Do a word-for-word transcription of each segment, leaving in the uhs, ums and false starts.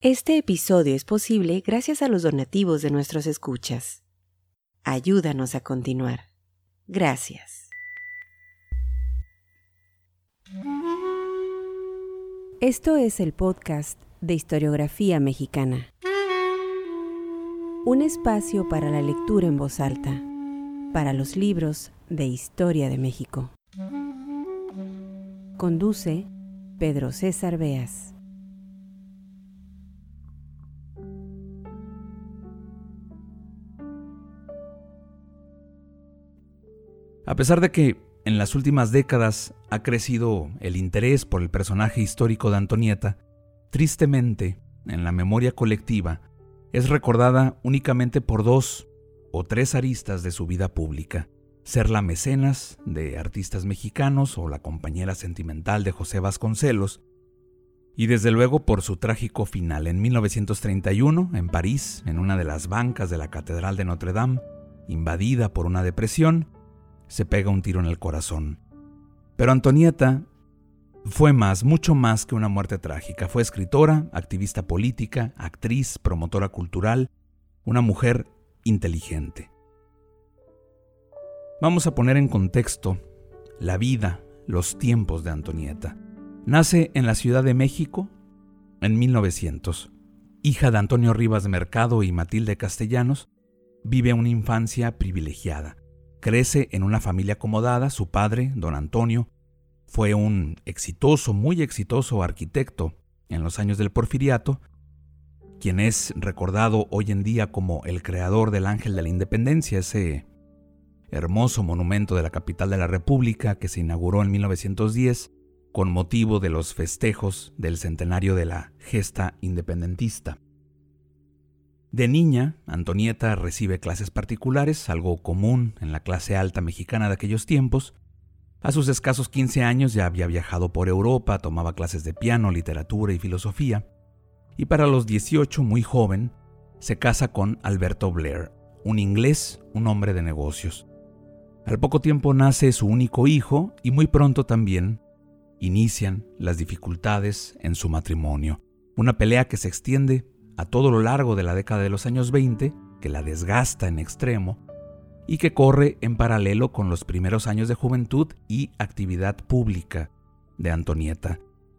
Este episodio es posible gracias a los donativos de nuestros escuchas. Ayúdanos a continuar. Gracias. Esto es el podcast de Historiografía Mexicana. Un espacio para la lectura en voz alta, para los libros de Historia de México. Conduce Pedro César Beas. A pesar de que en las últimas décadas ha crecido el interés por el personaje histórico de Antonieta, tristemente, en la memoria colectiva, es recordada únicamente por dos o tres aristas de su vida pública: ser la mecenas de artistas mexicanos o la compañera sentimental de José Vasconcelos, y desde luego por su trágico final en mil novecientos treinta y uno, en París, en una de las bancas de la Catedral de Notre Dame, invadida por una depresión, se pega un tiro en el corazón. Pero Antonieta fue más, mucho más que una muerte trágica. Fue escritora, activista política, actriz, promotora cultural, una mujer inteligente. Vamos a poner en contexto la vida, los tiempos de Antonieta. Nace en la Ciudad de México en mil novecientos. Hija de Antonio Rivas Mercado y Matilde Castellanos, vive una infancia privilegiada. Crece en una familia acomodada. Su padre, don Antonio, fue un exitoso, muy exitoso arquitecto en los años del Porfiriato, quien es recordado hoy en día como el creador del Ángel de la Independencia, ese hermoso monumento de la capital de la República que se inauguró en mil novecientos diez con motivo de los festejos del centenario de la gesta independentista. De niña, Antonieta recibe clases particulares, algo común en la clase alta mexicana de aquellos tiempos. A sus escasos quince años ya había viajado por Europa, tomaba clases de piano, literatura y filosofía, y para los dieciocho, muy joven, se casa con Alberto Blair, un inglés, un hombre de negocios. Al poco tiempo nace su único hijo y muy pronto también inician las dificultades en su matrimonio, una pelea que se extiende a todo lo largo de la década de los años veinte, que la desgasta en extremo y que corre en paralelo con los primeros años de juventud y actividad pública de Antonieta.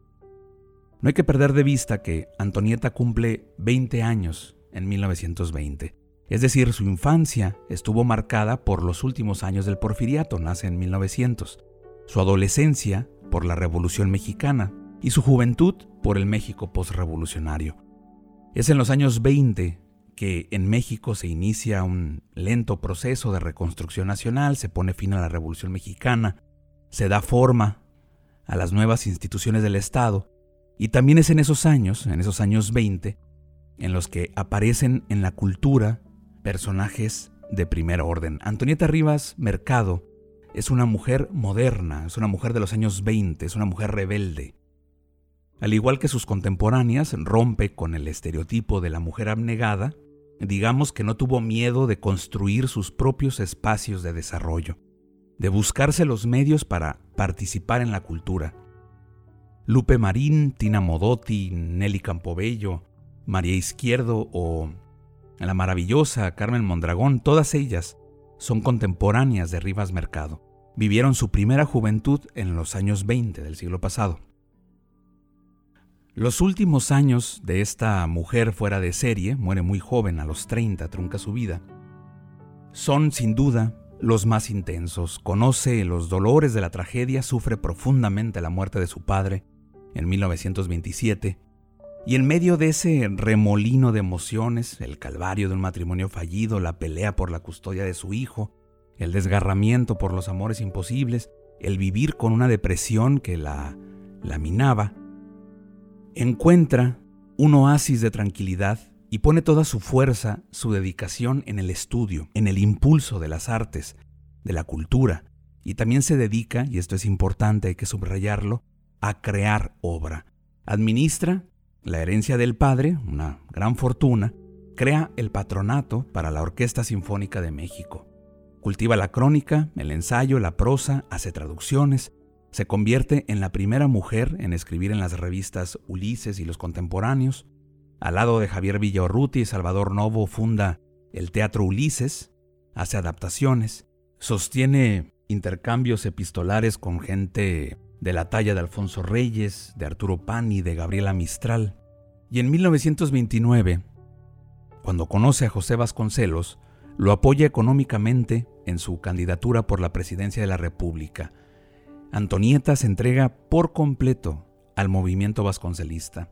No hay que perder de vista que Antonieta cumple veinte años en mil novecientos veinte, es decir, su infancia estuvo marcada por los últimos años del Porfiriato, nace en mil novecientos, su adolescencia por la Revolución Mexicana y su juventud por el México posrevolucionario. Es en los años veinte que en México se inicia un lento proceso de reconstrucción nacional, se pone fin a la Revolución Mexicana, se da forma a las nuevas instituciones del Estado, y también es en esos años, en esos años veinte, en los que aparecen en la cultura personajes de primer orden. Antonieta Rivas Mercado es una mujer moderna, es una mujer de los años veinte, es una mujer rebelde. Al igual que sus contemporáneas, rompe con el estereotipo de la mujer abnegada. Digamos que no tuvo miedo de construir sus propios espacios de desarrollo, de buscarse los medios para participar en la cultura. Lupe Marín, Tina Modotti, Nelly Campobello, María Izquierdo o la maravillosa Carmen Mondragón, todas ellas son contemporáneas de Rivas Mercado. Vivieron su primera juventud en los años veinte del siglo pasado. Los últimos años de esta mujer fuera de serie, muere muy joven, a los treinta trunca su vida, son sin duda los más intensos. Conoce los dolores de la tragedia, sufre profundamente la muerte de su padre en mil novecientos veintisiete, y en medio de ese remolino de emociones, el calvario de un matrimonio fallido, la pelea por la custodia de su hijo, el desgarramiento por los amores imposibles, el vivir con una depresión que la laminaba, encuentra un oasis de tranquilidad y pone toda su fuerza, su dedicación en el estudio, en el impulso de las artes, de la cultura, y también se dedica, y esto es importante, hay que subrayarlo, a crear obra. Administra la herencia del padre, una gran fortuna, crea el patronato para la Orquesta Sinfónica de México, cultiva la crónica, el ensayo, la prosa, hace traducciones. Se convierte en la primera mujer en escribir en las revistas Ulises y Los Contemporáneos. Al lado de Javier Villaurrutia y Salvador Novo funda el Teatro Ulises, hace adaptaciones, sostiene intercambios epistolares con gente de la talla de Alfonso Reyes, de Arturo Pani, de Gabriela Mistral. Y en mil novecientos veintinueve, cuando conoce a José Vasconcelos, lo apoya económicamente en su candidatura por la presidencia de la República. Antonieta se entrega por completo al movimiento vasconcelista.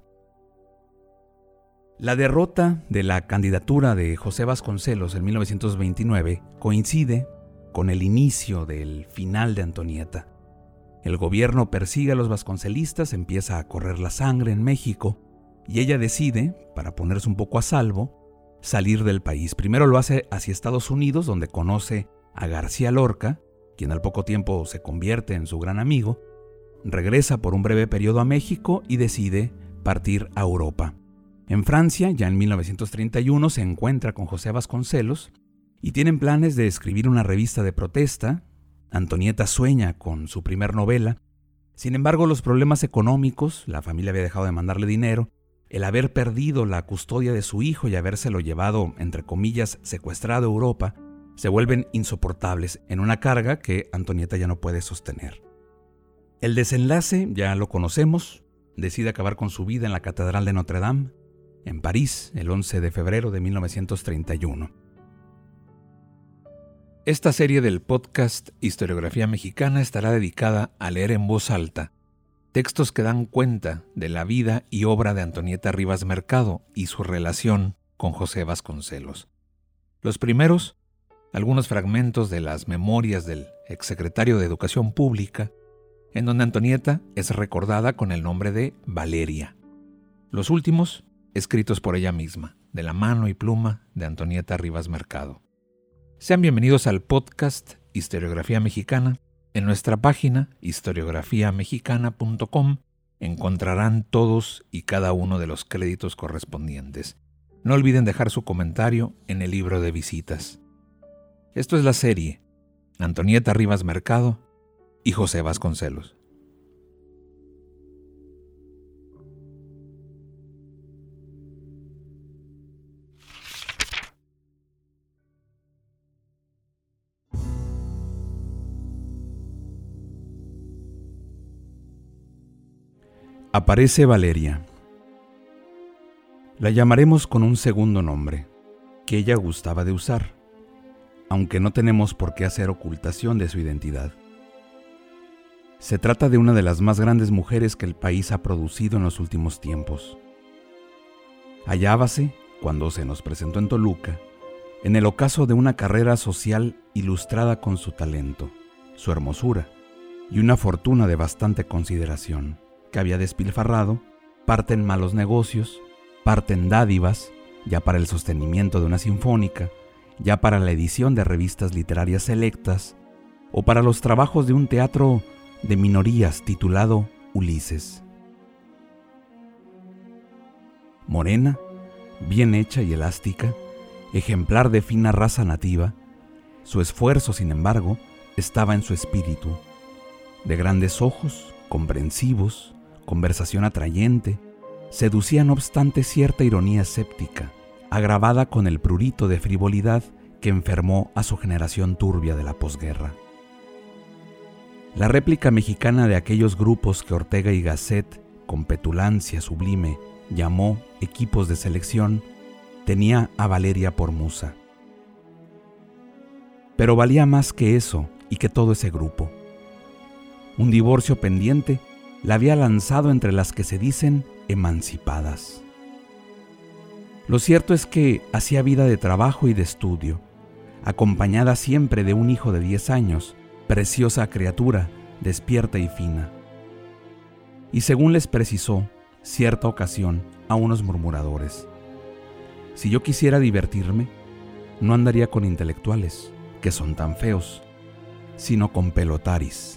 La derrota de la candidatura de José Vasconcelos en mil novecientos veintinueve coincide con el inicio del final de Antonieta. El gobierno persigue a los vasconcelistas, empieza a correr la sangre en México y ella decide, para ponerse un poco a salvo, salir del país. Primero lo hace hacia Estados Unidos, donde conoce a García Lorca, quien al poco tiempo se convierte en su gran amigo. Regresa por un breve periodo a México y decide partir a Europa. En Francia, ya en mil novecientos treinta y uno, se encuentra con José Vasconcelos y tienen planes de escribir una revista de protesta. Antonieta sueña con su primer novela. Sin embargo, los problemas económicos, la familia había dejado de mandarle dinero, el haber perdido la custodia de su hijo y habérselo llevado, entre comillas, secuestrado a Europa, se vuelven insoportables en una carga que Antonieta ya no puede sostener. El desenlace ya lo conocemos. Decide acabar con su vida en la Catedral de Notre Dame, en París, el once de febrero de mil novecientos treinta y uno. Esta serie del podcast Historiografía Mexicana estará dedicada a leer en voz alta textos que dan cuenta de la vida y obra de Antonieta Rivas Mercado y su relación con José Vasconcelos. Los primeros, algunos fragmentos de las memorias del exsecretario de Educación Pública, en donde Antonieta es recordada con el nombre de Valeria. Los últimos, escritos por ella misma, de la mano y pluma de Antonieta Rivas Mercado. Sean bienvenidos al podcast Historiografía Mexicana. En nuestra página historiografía mexicana punto com encontrarán todos y cada uno de los créditos correspondientes. No olviden dejar su comentario en el libro de visitas. Esto es la serie Antonieta Rivas Mercado y José Vasconcelos. Aparece Valeria. La llamaremos con un segundo nombre, que ella gustaba de usar, aunque no tenemos por qué hacer ocultación de su identidad. Se trata de una de las más grandes mujeres que el país ha producido en los últimos tiempos. Hallábase, cuando se nos presentó en Toluca, en el ocaso de una carrera social ilustrada con su talento, su hermosura y una fortuna de bastante consideración, que había despilfarrado, parte en malos negocios, parte en dádivas, ya para el sostenimiento de una sinfónica, ya para la edición de revistas literarias selectas, o para los trabajos de un teatro de minorías titulado Ulises. Morena, bien hecha y elástica, ejemplar de fina raza nativa, su esfuerzo, sin embargo, estaba en su espíritu, de grandes ojos, comprensivos, conversación atrayente, seducía no obstante cierta ironía escéptica, agravada con el prurito de frivolidad que enfermó a su generación turbia de la posguerra. La réplica mexicana de aquellos grupos que Ortega y Gasset, con petulancia sublime, llamó equipos de selección, tenía a Valeria por musa. Pero valía más que eso y que todo ese grupo. Un divorcio pendiente la había lanzado entre las que se dicen emancipadas. Lo cierto es que hacía vida de trabajo y de estudio, acompañada siempre de un hijo de diez años, preciosa criatura, despierta y fina. Y según les precisó, cierta ocasión, a unos murmuradores: si yo quisiera divertirme, no andaría con intelectuales, que son tan feos, sino con pelotaris.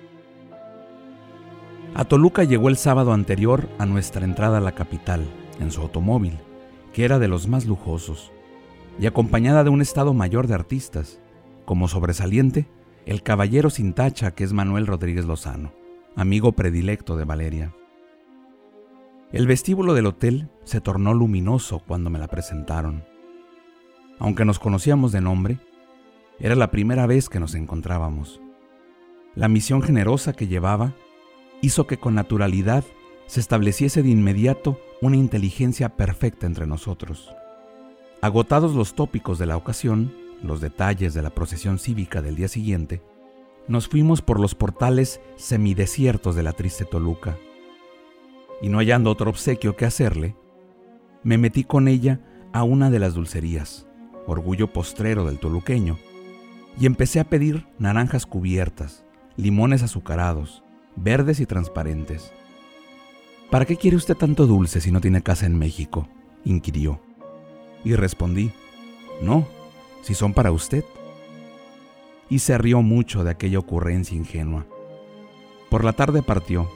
A Toluca llegó el sábado anterior a nuestra entrada a la capital, en su automóvil, que era de los más lujosos, y acompañada de un estado mayor de artistas, como sobresaliente, el caballero sin tacha que es Manuel Rodríguez Lozano, amigo predilecto de Valeria. El vestíbulo del hotel se tornó luminoso cuando me la presentaron. Aunque nos conocíamos de nombre, era la primera vez que nos encontrábamos. La misión generosa que llevaba hizo que con naturalidad se estableciese de inmediato una inteligencia perfecta entre nosotros. Agotados los tópicos de la ocasión, los detalles de la procesión cívica del día siguiente, nos fuimos por los portales semidesiertos de la triste Toluca. Y no hallando otro obsequio que hacerle, me metí con ella a una de las dulcerías, orgullo postrero del toluqueño, y empecé a pedir naranjas cubiertas, limones azucarados, verdes y transparentes. ¿Para qué quiere usted tanto dulce si no tiene casa en México?, inquirió. Y respondí, no, si son para usted. Y se rió mucho de aquella ocurrencia ingenua. Por la tarde partió.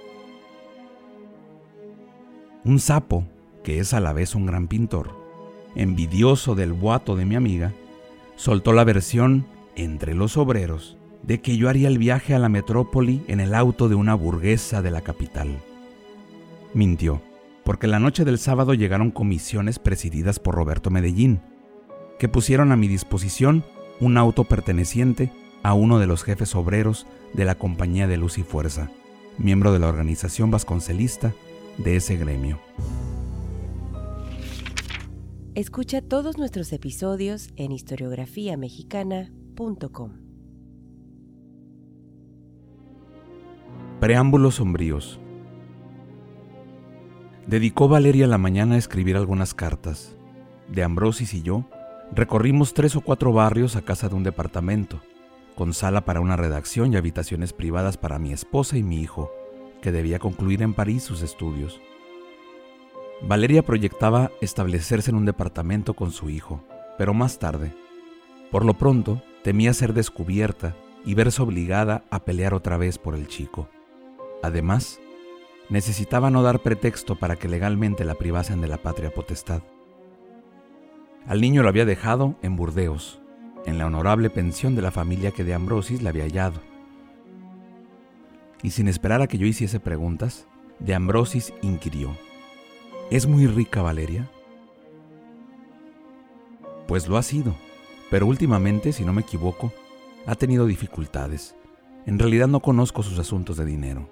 Un sapo, que es a la vez un gran pintor, envidioso del boato de mi amiga, soltó la versión, entre los obreros, de que yo haría el viaje a la metrópoli en el auto de una burguesa de la capital. Mintió, porque la noche del sábado llegaron comisiones presididas por Roberto Medellín, que pusieron a mi disposición un auto perteneciente a uno de los jefes obreros de la Compañía de Luz y Fuerza, miembro de la organización vasconcelista de ese gremio. Escucha todos nuestros episodios en historiografía mexicana punto com. Preámbulos sombríos. Dedicó Valeria la mañana a escribir algunas cartas. De Ambrosis y yo recorrimos tres o cuatro barrios a casa de un departamento, con sala para una redacción y habitaciones privadas para mi esposa y mi hijo, que debía concluir en París sus estudios. Valeria proyectaba establecerse en un departamento con su hijo, pero más tarde. Por lo pronto, temía ser descubierta y verse obligada a pelear otra vez por el chico. Además, necesitaba no dar pretexto para que legalmente la privasen de la patria potestad. Al niño lo había dejado en Burdeos, en la honorable pensión de la familia que de Ambrosis le había hallado. Y sin esperar a que yo hiciese preguntas, de Ambrosis inquirió: ¿es muy rica Valeria? Pues lo ha sido, pero últimamente, si no me equivoco, ha tenido dificultades. En realidad no conozco sus asuntos de dinero.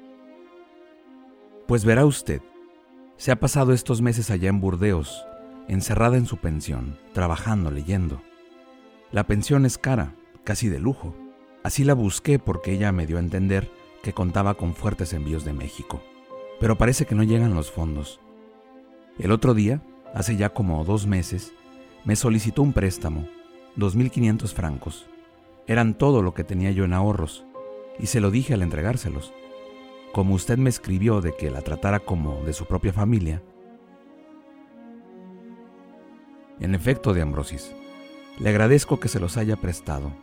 Pues verá usted, se ha pasado estos meses allá en Burdeos, encerrada en su pensión, trabajando, leyendo. La pensión es cara, casi de lujo. Así la busqué porque ella me dio a entender que contaba con fuertes envíos de México. Pero parece que no llegan los fondos. El otro día, hace ya como dos meses, me solicitó un préstamo, dos mil quinientos francos. Eran todo lo que tenía yo en ahorros, y se lo dije al entregárselos. Como usted me escribió de que la tratara como de su propia familia. En efecto, de Ambrosis, le agradezco que se los haya prestado.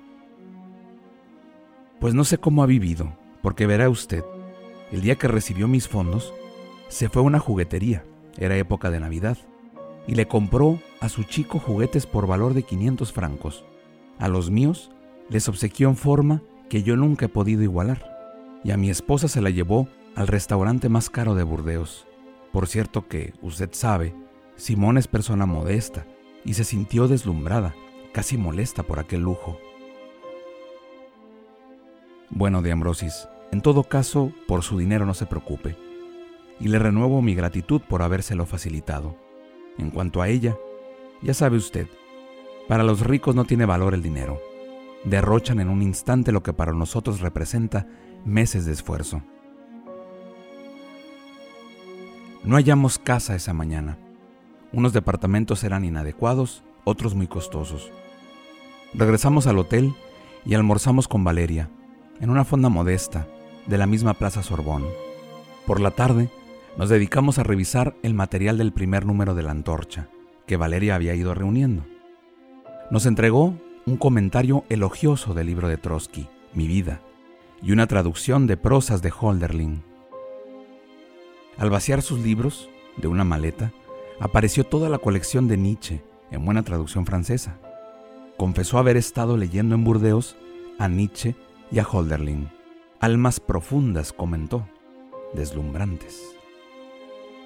Pues no sé cómo ha vivido, porque verá usted, el día que recibió mis fondos, se fue a una juguetería, era época de Navidad, y le compró a su chico juguetes por valor de quinientos francos. A los míos les obsequió en forma que yo nunca he podido igualar. Y a mi esposa se la llevó al restaurante más caro de Burdeos. Por cierto que, usted sabe, Simón es persona modesta y se sintió deslumbrada, casi molesta por aquel lujo. Bueno, de Ambrosis, en todo caso, por su dinero no se preocupe, y le renuevo mi gratitud por habérselo facilitado. En cuanto a ella, ya sabe usted, para los ricos no tiene valor el dinero. Derrochan en un instante lo que para nosotros representa meses de esfuerzo. No hallamos casa esa mañana. Unos departamentos eran inadecuados, otros muy costosos. Regresamos al hotel y almorzamos con Valeria, en una fonda modesta, de la misma Plaza Sorbón. Por la tarde, nos dedicamos a revisar el material del primer número de La Antorcha, que Valeria había ido reuniendo. Nos entregó un comentario elogioso del libro de Trotsky, Mi vida, y una traducción de prosas de Hölderlin. Al vaciar sus libros de una maleta, apareció toda la colección de Nietzsche, en buena traducción francesa. Confesó haber estado leyendo en Burdeos a Nietzsche y a Hölderlin. Almas profundas, comentó, deslumbrantes.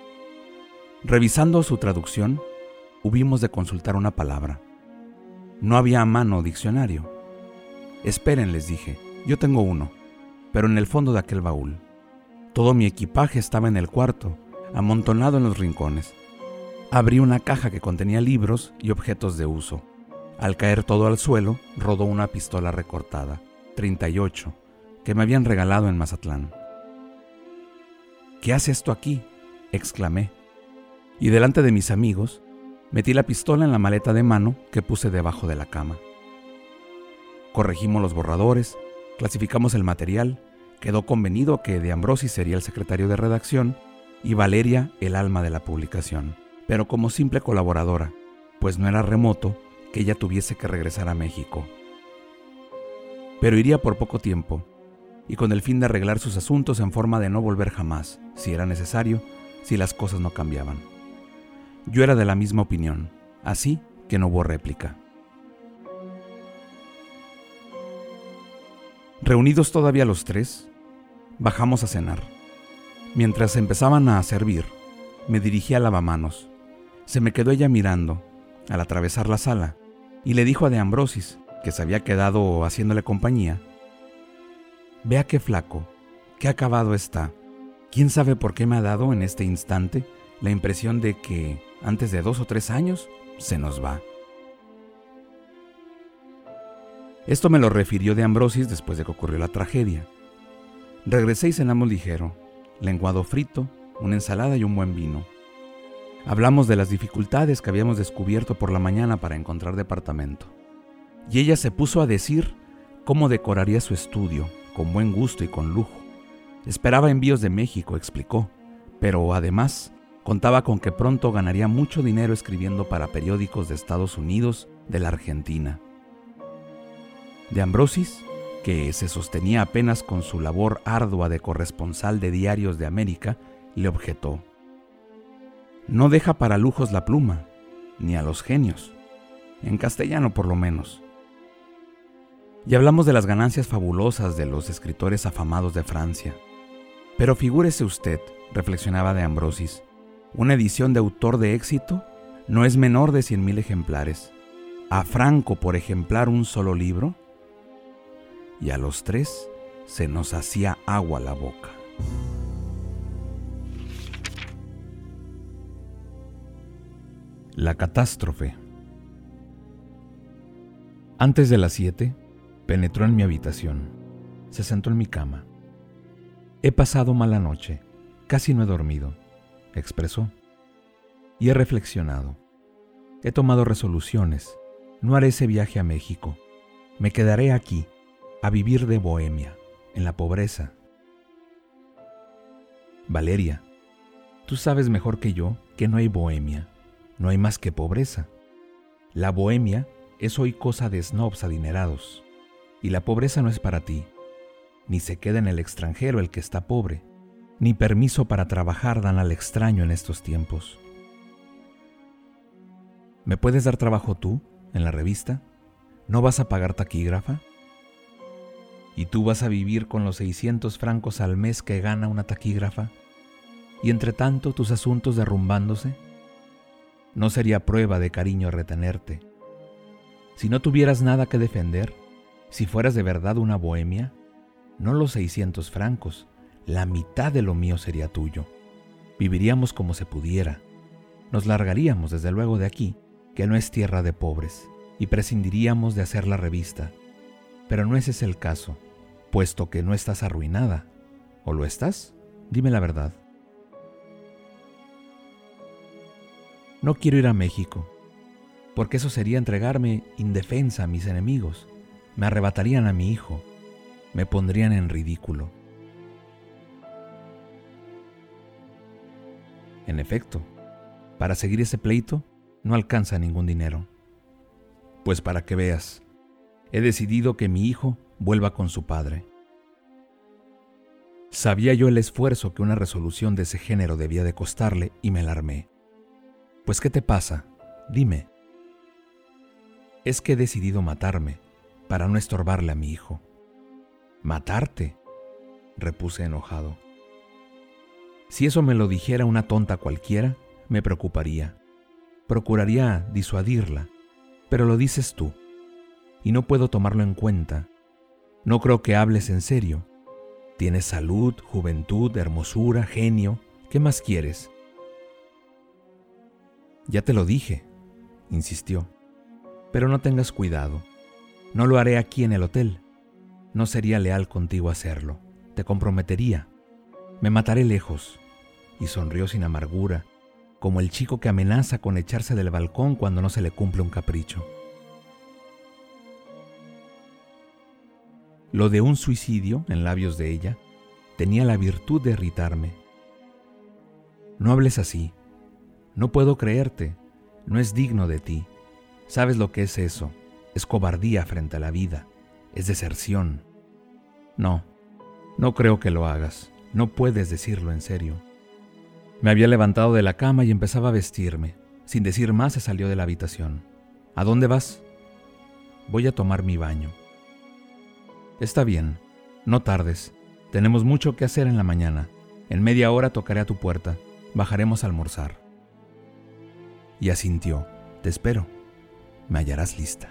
Revisando su traducción, hubimos de consultar una palabra. No había a mano diccionario. Esperen, les dije, yo tengo uno, pero en el fondo de aquel baúl. Todo mi equipaje estaba en el cuarto, amontonado en los rincones. Abrí una caja que contenía libros y objetos de uso. Al caer todo al suelo, rodó una pistola recortada, treinta y ocho, que me habían regalado en Mazatlán. ¿Qué hace esto aquí?, exclamé. Y delante de mis amigos, metí la pistola en la maleta de mano que puse debajo de la cama. Corregimos los borradores, clasificamos el material, quedó convenido que De Ambrosis sería el secretario de redacción y Valeria el alma de la publicación, pero como simple colaboradora, pues no era remoto que ella tuviese que regresar a México. Pero iría por poco tiempo, y con el fin de arreglar sus asuntos en forma de no volver jamás, si era necesario, si las cosas no cambiaban. Yo era de la misma opinión, así que no hubo réplica. Reunidos todavía los tres, bajamos a cenar. Mientras empezaban a servir, me dirigí al lavamanos. Se me quedó ella mirando, al atravesar la sala, y le dijo a De Ambrosis, que se había quedado haciéndole compañía: «Vea qué flaco, qué acabado está. ¿Quién sabe por qué me ha dado en este instante la impresión de que, antes de dos o tres años, se nos va?» Esto me lo refirió De Ambrosis después de que ocurrió la tragedia. Regresé y cenamos ligero, lenguado frito, una ensalada y un buen vino. Hablamos de las dificultades que habíamos descubierto por la mañana para encontrar departamento. Y ella se puso a decir cómo decoraría su estudio, con buen gusto y con lujo. Esperaba envíos de México, explicó, pero además contaba con que pronto ganaría mucho dinero escribiendo para periódicos de Estados Unidos, de la Argentina. De Ambrosis, que se sostenía apenas con su labor ardua de corresponsal de diarios de América, le objetó: «No deja para lujos la pluma, ni a los genios, en castellano por lo menos». Y hablamos de las ganancias fabulosas de los escritores afamados de Francia. Pero figúrese usted, reflexionaba De Ambrosis, una edición de autor de éxito no es menor de cien mil ejemplares. A franco por ejemplar un solo libro. Y a los tres se nos hacía agua la boca. La catástrofe. Antes de las siete, penetró en mi habitación. Se sentó en mi cama. «He pasado mala noche, casi no he dormido», expresó. «Y he reflexionado. He tomado resoluciones. No haré ese viaje a México. Me quedaré aquí, a vivir de bohemia, en la pobreza». «Valeria, tú sabes mejor que yo que no hay bohemia, no hay más que pobreza. La bohemia es hoy cosa de snobs adinerados, y la pobreza no es para ti. Ni se queda en el extranjero el que está pobre, ni permiso para trabajar dan al extraño en estos tiempos. ¿Me puedes dar trabajo tú, en la revista? ¿No vas a pagar taquígrafa? ¿Y tú vas a vivir con los seiscientos francos al mes que gana una taquígrafa? ¿Y entre tanto tus asuntos derrumbándose? No sería prueba de cariño retenerte. Si no tuvieras nada que defender, si fueras de verdad una bohemia, no los seiscientos francos, la mitad de lo mío sería tuyo. Viviríamos como se pudiera. Nos largaríamos desde luego de aquí, que no es tierra de pobres, y prescindiríamos de hacer la revista. Pero no ese es el caso, puesto que no estás arruinada. ¿O lo estás? Dime la verdad». «No quiero ir a México, porque eso sería entregarme indefensa a mis enemigos. Me arrebatarían a mi hijo, me pondrían en ridículo». En efecto, para seguir ese pleito no alcanza ningún dinero. Pues para que veas, he decidido que mi hijo vuelva con su padre. Sabía yo el esfuerzo que una resolución de ese género debía de costarle y me alarmé. «Pues, ¿qué te pasa? Dime». «Es que he decidido matarme para no estorbarle a mi hijo». «¿Matarte?», repuse enojado. «Si eso me lo dijera una tonta cualquiera, me preocuparía. Procuraría disuadirla, pero lo dices tú, y no puedo tomarlo en cuenta. No creo que hables en serio. Tienes salud, juventud, hermosura, genio. ¿Qué más quieres? Ya te lo dije, insistió. Pero no tengas cuidado. No lo haré aquí en el hotel. No sería leal contigo hacerlo. Te comprometería. Me mataré lejos. Y sonrió sin amargura, como el chico que amenaza con echarse del balcón cuando no se le cumple un capricho. Lo de un suicidio en labios de ella tenía la virtud de irritarme. No hables así. No puedo creerte. No es digno de ti. ¿Sabes lo que es eso? Es cobardía frente a la vida. Es deserción. No, no creo que lo hagas. No puedes decirlo en serio. Me había levantado de la cama y empezaba a vestirme. Sin decir más, se salió de la habitación. ¿A dónde vas? Voy a tomar mi baño. Está bien, no tardes. Tenemos mucho que hacer en la mañana. En media hora tocaré a tu puerta. Bajaremos a almorzar. Y asintió. Te espero. Me hallarás lista.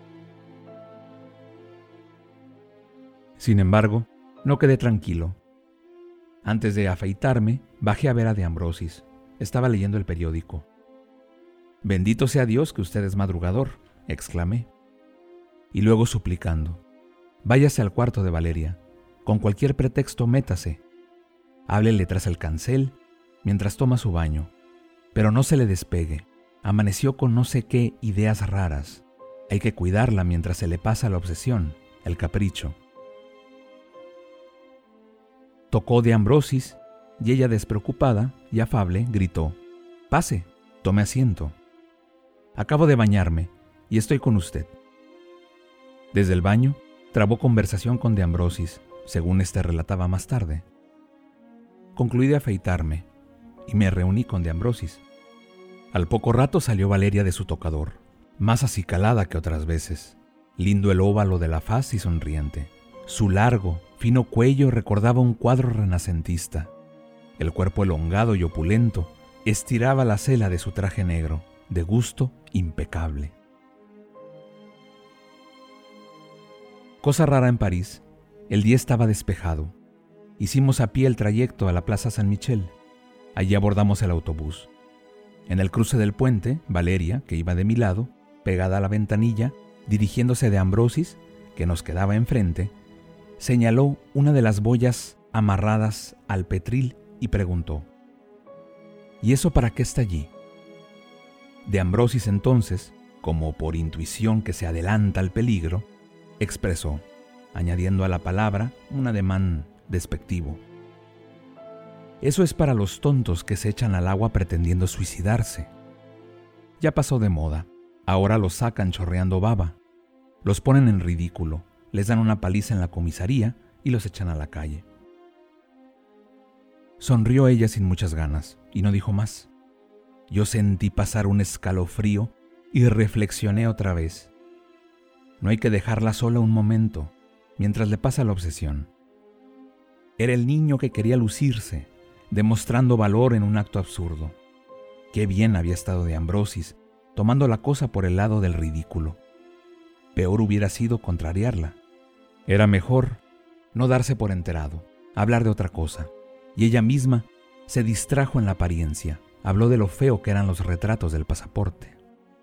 Sin embargo, no quedé tranquilo. Antes de afeitarme, bajé a ver a De Ambrosis. Estaba leyendo el periódico. «Bendito sea Dios que usted es madrugador», exclamé. Y luego suplicando, «Váyase al cuarto de Valeria. Con cualquier pretexto métase. Háblele tras el cancel mientras toma su baño. Pero no se le despegue. Amaneció con no sé qué ideas raras. Hay que cuidarla mientras se le pasa la obsesión, el capricho». Tocó De Ambrosis y ella, despreocupada y afable, gritó, «Pase, tome asiento. Acabo de bañarme y estoy con usted». Desde el baño, trabó conversación con De Ambrosis, según éste relataba más tarde. Concluí de afeitarme y me reuní con De Ambrosis. Al poco rato salió Valeria de su tocador, más acicalada que otras veces. Lindo el óvalo de la faz y sonriente. Su largo, fino cuello recordaba un cuadro renacentista. El cuerpo elongado y opulento estiraba la cela de su traje negro, de gusto impecable. Cosa rara en París, el día estaba despejado. Hicimos a pie el trayecto a la Plaza San Michel. Allí abordamos el autobús. En el cruce del puente, Valeria, que iba de mi lado, pegada a la ventanilla, dirigiéndose de Ambrosis, que nos quedaba enfrente, señaló una de las boyas amarradas al petril y preguntó, «¿Y eso para qué está allí?». De Ambrosis entonces, como por intuición que se adelanta al peligro, expresó, añadiendo a la palabra un ademán despectivo, «Eso es para los tontos que se echan al agua pretendiendo suicidarse. Ya pasó de moda, ahora los sacan chorreando baba, los ponen en ridículo, les dan una paliza en la comisaría y los echan a la calle». Sonrió ella sin muchas ganas y no dijo más. Yo sentí pasar un escalofrío y reflexioné otra vez. No hay que dejarla sola un momento, mientras le pasa la obsesión. Era el niño que quería lucirse, demostrando valor en un acto absurdo. Qué bien había estado De Ambrosis, tomando la cosa por el lado del ridículo. Peor hubiera sido contrariarla. Era mejor no darse por enterado, hablar de otra cosa. Y ella misma se distrajo en la apariencia, habló de lo feo que eran los retratos del pasaporte.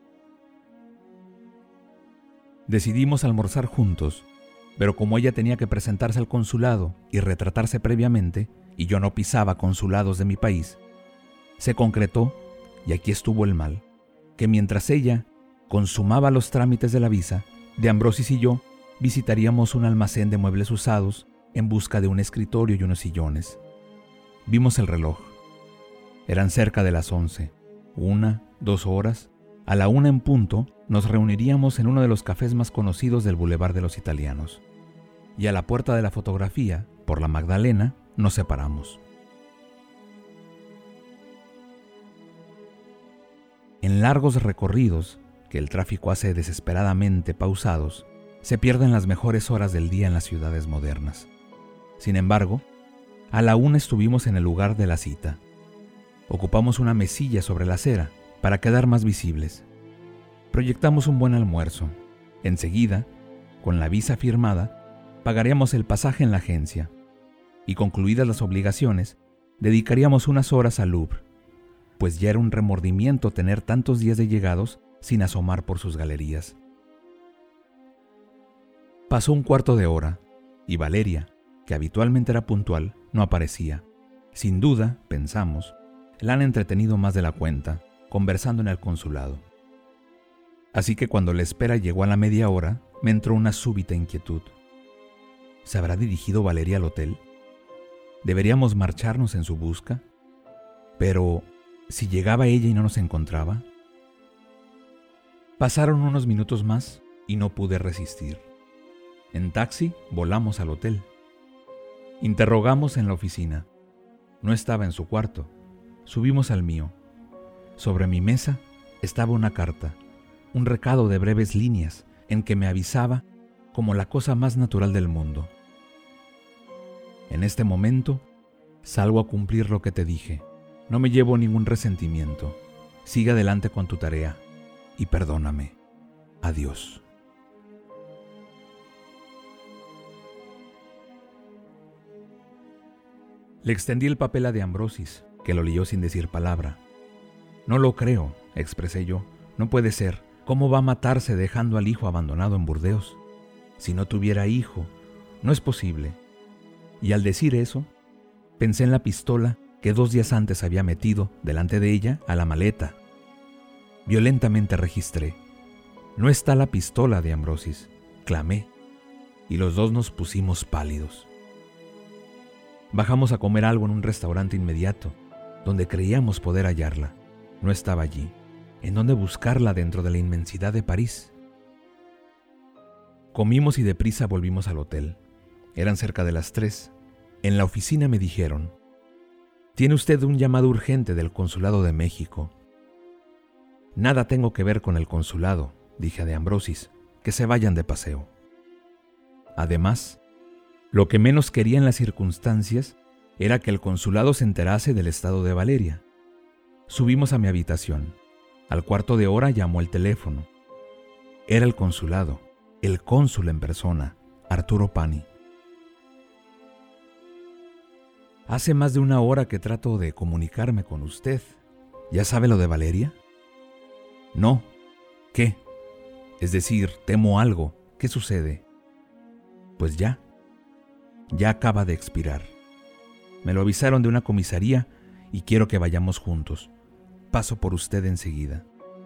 Decidimos almorzar juntos, pero como ella tenía que presentarse al consulado y retratarse previamente, y yo no pisaba consulados de mi país, se concretó, y aquí estuvo el mal, que mientras ella consumaba los trámites de la visa, De Ambrosis y yo visitaríamos un almacén de muebles usados en busca de un escritorio y unos sillones. Vimos el reloj. Eran cerca de las once. Una, dos horas. A la una en punto nos reuniríamos en uno de los cafés más conocidos del Boulevard de los Italianos. Y a la puerta de la fotografía, por la Magdalena, nos separamos. En largos recorridos, que el tráfico hace desesperadamente pausados, se pierden las mejores horas del día en las ciudades modernas. Sin embargo, a la una estuvimos en el lugar de la cita. Ocupamos una mesilla sobre la acera para quedar más visibles. Proyectamos un buen almuerzo. Enseguida, con la visa firmada, pagaríamos el pasaje en la agencia y, concluidas las obligaciones, dedicaríamos unas horas al Louvre, pues ya era un remordimiento tener tantos días de llegados sin asomar por sus galerías. Pasó un cuarto de hora y Valeria, que habitualmente era puntual, no aparecía. Sin duda, pensamos, la han entretenido más de la cuenta, conversando en el consulado. Así que cuando la espera llegó a la media hora, me entró una súbita inquietud. ¿Se habrá dirigido Valeria al hotel? ¿Deberíamos marcharnos en su busca? Pero, ¿si llegaba ella y no nos encontraba? Pasaron unos minutos más y no pude resistir. En taxi volamos al hotel. Interrogamos en la oficina. No estaba en su cuarto. Subimos al mío. Sobre mi mesa estaba una carta, un recado de breves líneas en que me avisaba como la cosa más natural del mundo. En este momento salgo a cumplir lo que te dije. No me llevo ningún resentimiento. Sigue adelante con tu tarea y perdóname. Adiós. Le extendí el papel a de Ambrosis, que lo leyó sin decir palabra. No lo creo, expresé yo. No puede ser. ¿Cómo va a matarse dejando al hijo abandonado en Burdeos? Si no tuviera hijo, no es posible. Y al decir eso, pensé en la pistola que dos días antes había metido delante de ella a la maleta. Violentamente registré. No está la pistola, de Ambrosis, clamé, y los dos nos pusimos pálidos. Bajamos a comer algo en un restaurante inmediato, donde creíamos poder hallarla. No estaba allí. ¿En dónde buscarla dentro de la inmensidad de París? Comimos y deprisa volvimos al hotel. Eran cerca de las tres. En la oficina me dijeron: «Tiene usted un llamado urgente del Consulado de México». «Nada tengo que ver con el consulado», dije a de Ambrosis, «que se vayan de paseo». Además, lo que menos quería en las circunstancias era que el consulado se enterase del estado de Valeria. Subimos a mi habitación. Al cuarto de hora llamó el teléfono. Era el consulado, el cónsul en persona, Arturo Pani. «Hace más de una hora que trato de comunicarme con usted. ¿Ya sabe lo de Valeria?» «No». «¿Qué? Es decir, temo algo. ¿Qué sucede?» «Pues ya. Ya acaba de expirar. Me lo avisaron de una comisaría y quiero que vayamos juntos. Paso por usted enseguida».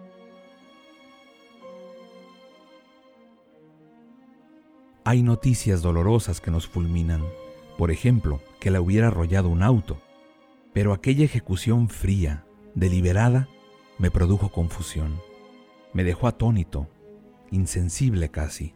Hay noticias dolorosas que nos fulminan. Por ejemplo, que la hubiera arrollado un auto. Pero aquella ejecución fría, deliberada, me produjo confusión. Me dejó atónito, insensible casi.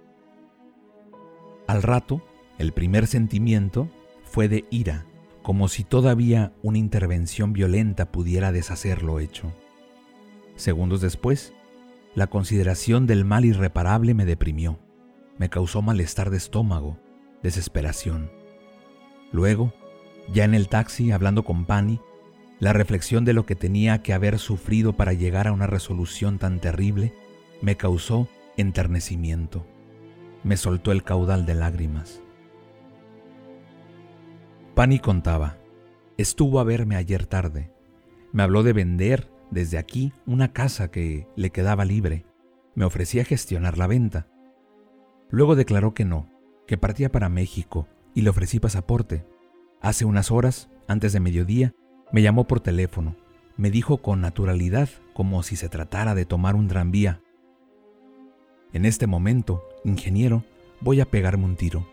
Al rato, el primer sentimiento fue de ira, como si todavía una intervención violenta pudiera deshacer lo hecho. Segundos después, la consideración del mal irreparable me deprimió, me causó malestar de estómago, desesperación. Luego, ya en el taxi, hablando con Pani, la reflexión de lo que tenía que haber sufrido para llegar a una resolución tan terrible me causó enternecimiento. Me soltó el caudal de lágrimas. Pani contaba: estuvo a verme ayer tarde. Me habló de vender desde aquí una casa que le quedaba libre. Me ofrecía gestionar la venta. Luego declaró que no, que partía para México y le ofrecí pasaporte. Hace unas horas, antes de mediodía, me llamó por teléfono. Me dijo con naturalidad, como si se tratara de tomar un tranvía: «En este momento, ingeniero, voy a pegarme un tiro».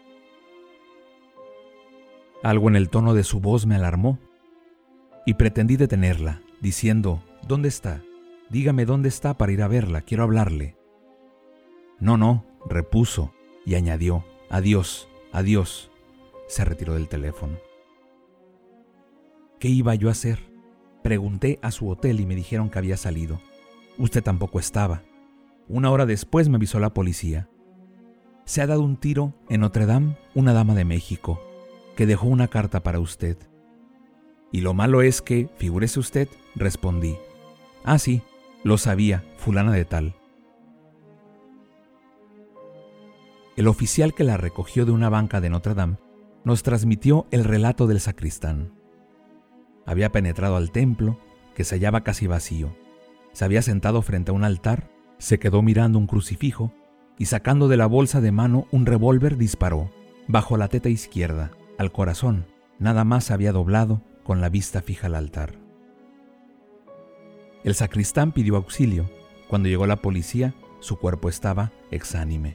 Algo en el tono de su voz me alarmó y pretendí detenerla, diciendo: «¿Dónde está? Dígame dónde está para ir a verla, quiero hablarle». «No, no», repuso y añadió: «Adiós, adiós». Se retiró del teléfono. ¿Qué iba yo a hacer? Pregunté a su hotel y me dijeron que había salido. Usted tampoco estaba. Una hora después me avisó la policía. Se ha dado un tiro en Notre Dame una dama de México, que dejó una carta para usted. Y lo malo es que, figúrese usted, respondí. Ah, sí, lo sabía, fulana de tal. El oficial que la recogió de una banca de Notre Dame nos transmitió el relato del sacristán. Había penetrado al templo, que se hallaba casi vacío. Se había sentado frente a un altar, se quedó mirando un crucifijo y sacando de la bolsa de mano un revólver disparó, bajo la teta izquierda, al corazón. Nada más se había doblado, con la vista fija al altar. El sacristán pidió auxilio. Cuando llegó la policía, su cuerpo estaba exánime.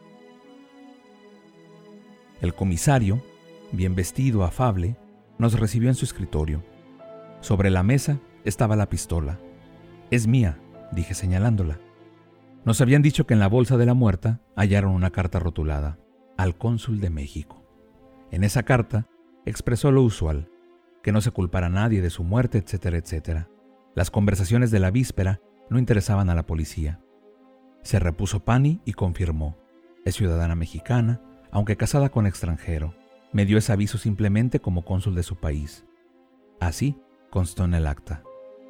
El comisario, bien vestido, afable, nos recibió en su escritorio. Sobre la mesa estaba la pistola. «Es mía», dije señalándola. Nos habían dicho que en la bolsa de la muerta hallaron una carta rotulada, al cónsul de México. En esa carta expresó lo usual, que no se culpara a nadie de su muerte, etcétera, etcétera. Las conversaciones de la víspera no interesaban a la policía. Se repuso Pani y confirmó. Es ciudadana mexicana, aunque casada con extranjero. Me dio ese aviso simplemente como cónsul de su país. Así constó en el acta.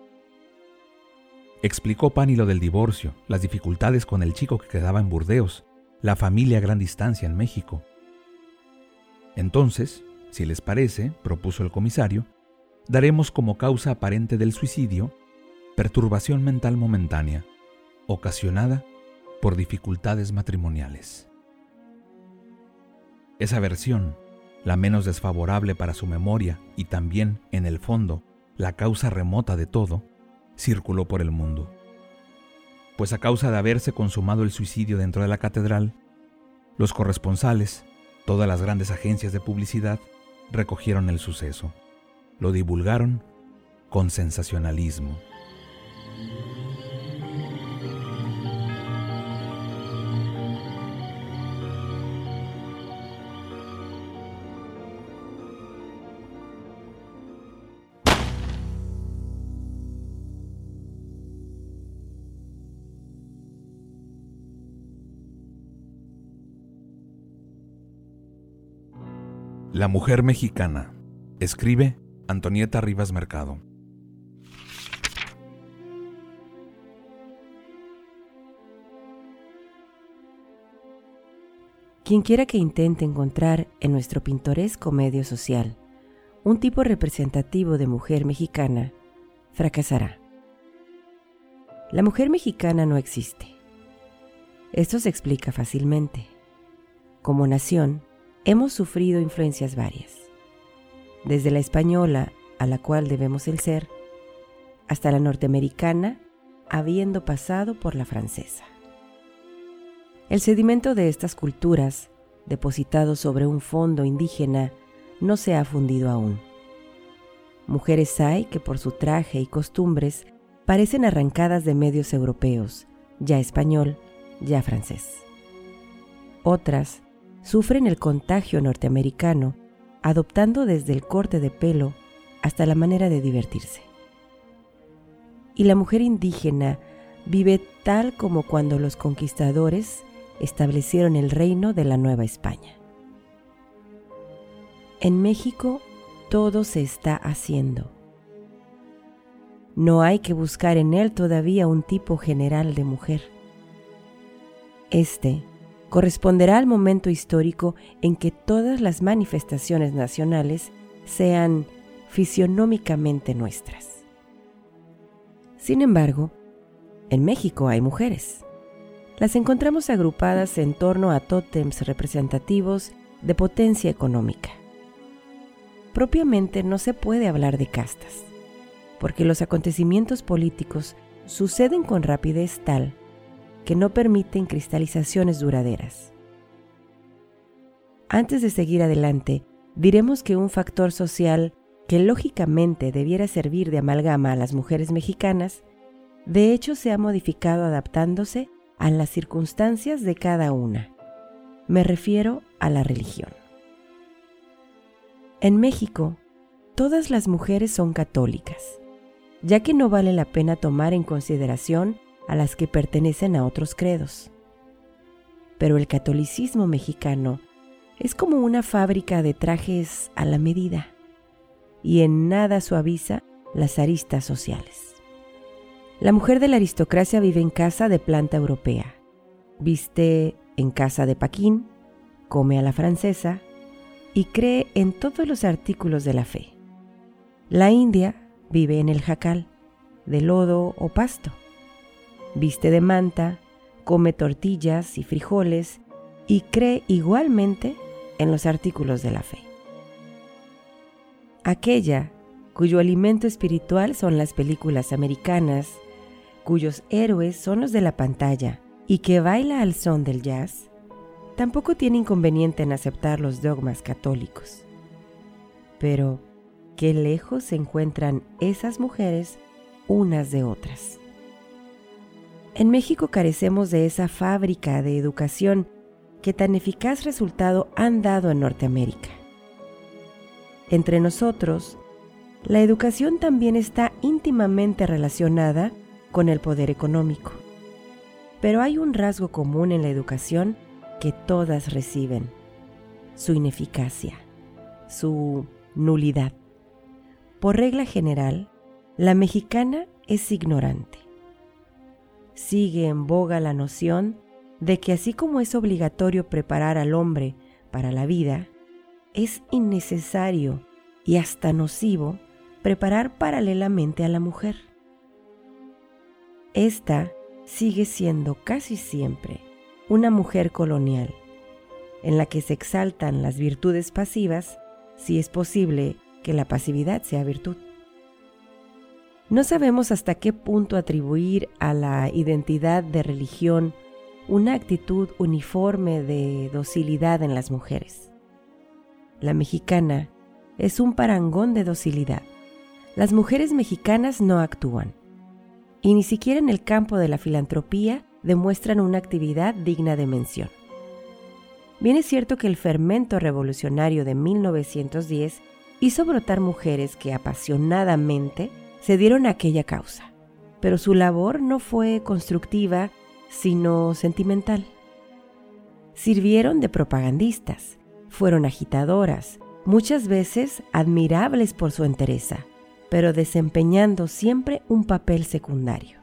Explicó Pani lo del divorcio, las dificultades con el chico que quedaba en Burdeos, la familia a gran distancia en México. Entonces, si les parece, propuso el comisario, daremos como causa aparente del suicidio perturbación mental momentánea, ocasionada por dificultades matrimoniales. Esa versión, la menos desfavorable para su memoria y también, en el fondo, la causa remota de todo, circuló por el mundo. Pues a causa de haberse consumado el suicidio dentro de la catedral, los corresponsales, todas las grandes agencias de publicidad, recogieron el suceso. Lo divulgaron con sensacionalismo. La mujer mexicana. Escribe Antonieta Rivas Mercado. Quienquiera que intente encontrar en nuestro pintoresco medio social un tipo representativo de mujer mexicana, fracasará. La mujer mexicana no existe. Esto se explica fácilmente. Como nación, hemos sufrido influencias varias, desde la española, a la cual debemos el ser, hasta la norteamericana, habiendo pasado por la francesa. El sedimento de estas culturas, depositado sobre un fondo indígena, no se ha fundido aún. Mujeres hay que por su traje y costumbres parecen arrancadas de medios europeos, ya español, ya francés. Otras sufren el contagio norteamericano, adoptando desde el corte de pelo hasta la manera de divertirse. Y la mujer indígena vive tal como cuando los conquistadores establecieron el reino de la Nueva España. En México todo se está haciendo. No hay que buscar en él todavía un tipo general de mujer. Este corresponderá al momento histórico en que todas las manifestaciones nacionales sean fisionómicamente nuestras. Sin embargo, en México hay mujeres. Las encontramos agrupadas en torno a tótems representativos de potencia económica. Propiamente no se puede hablar de castas, porque los acontecimientos políticos suceden con rapidez tal que no permiten cristalizaciones duraderas. Antes de seguir adelante, diremos que un factor social que lógicamente debiera servir de amalgama a las mujeres mexicanas, de hecho se ha modificado adaptándose a las circunstancias de cada una. Me refiero a la religión. En México, todas las mujeres son católicas, ya que no vale la pena tomar en consideración a las que pertenecen a otros credos. Pero el catolicismo mexicano es como una fábrica de trajes a la medida. y en nada suaviza las aristas sociales. La mujer de la aristocracia vive en casa de planta europea, viste en casa de paquín, come a la francesa y cree en todos los artículos de la fe. La india vive en el jacal, de lodo o pasto, viste de manta, come tortillas y frijoles y cree igualmente en los artículos de la fe. Aquella cuyo alimento espiritual son las películas americanas, cuyos héroes son los de la pantalla y que baila al son del jazz, tampoco tiene inconveniente en aceptar los dogmas católicos. Pero qué lejos se encuentran esas mujeres unas de otras. En México carecemos de esa fábrica de educación que tan eficaz resultado han dado en Norteamérica. Entre nosotros, la educación también está íntimamente relacionada con el poder económico. Pero hay un rasgo común en la educación que todas reciben: su ineficacia, su nulidad. Por regla general, la mexicana es ignorante. Sigue en boga la noción de que así como es obligatorio preparar al hombre para la vida, es innecesario y hasta nocivo preparar paralelamente a la mujer. Esta sigue siendo casi siempre una mujer colonial, en la que se exaltan las virtudes pasivas, si es posible que la pasividad sea virtud. No sabemos hasta qué punto atribuir a la identidad de religión una actitud uniforme de docilidad en las mujeres. La mexicana es un parangón de docilidad. Las mujeres mexicanas no actúan, y ni siquiera en el campo de la filantropía demuestran una actividad digna de mención. Bien es cierto que el fermento revolucionario de mil novecientos diez hizo brotar mujeres que apasionadamente se dieron a aquella causa, pero su labor no fue constructiva, sino sentimental. Sirvieron de propagandistas, fueron agitadoras, muchas veces admirables por su entereza, pero desempeñando siempre un papel secundario.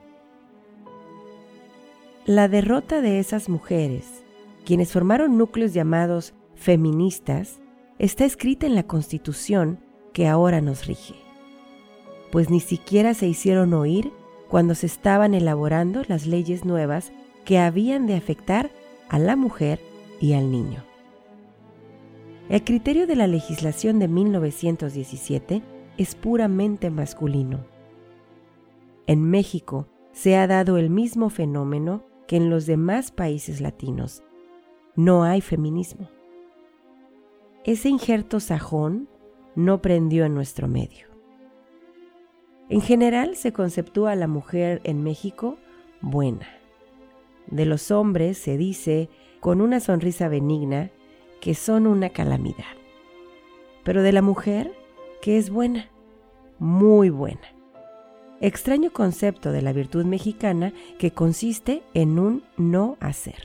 La derrota de esas mujeres, quienes formaron núcleos llamados feministas, está escrita en la Constitución que ahora nos rige, pues ni siquiera se hicieron oír cuando se estaban elaborando las leyes nuevas que habían de afectar a la mujer y al niño. El criterio de la legislación de mil novecientos diecisiete es puramente masculino. En México se ha dado el mismo fenómeno que en los demás países latinos. No hay feminismo. Ese injerto sajón no prendió en nuestro medio. En general se conceptúa a la mujer en México buena. De los hombres se dice, con una sonrisa benigna, que son una calamidad. Pero de la mujer, que es buena, muy buena. Extraño concepto de la virtud mexicana que consiste en un no hacer.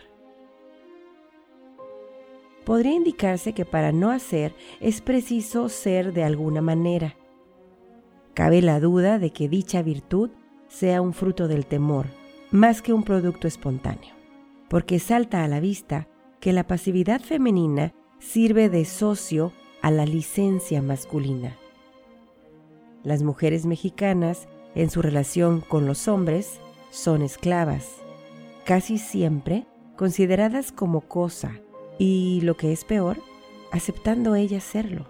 Podría indicarse que para no hacer es preciso ser de alguna manera. Cabe la duda de que dicha virtud sea un fruto del temor, más que un producto espontáneo, porque salta a la vista que la pasividad femenina sirve de socio a la licencia masculina. Las mujeres mexicanas, en su relación con los hombres, son esclavas, casi siempre consideradas como cosa y, lo que es peor, aceptando ellas serlo.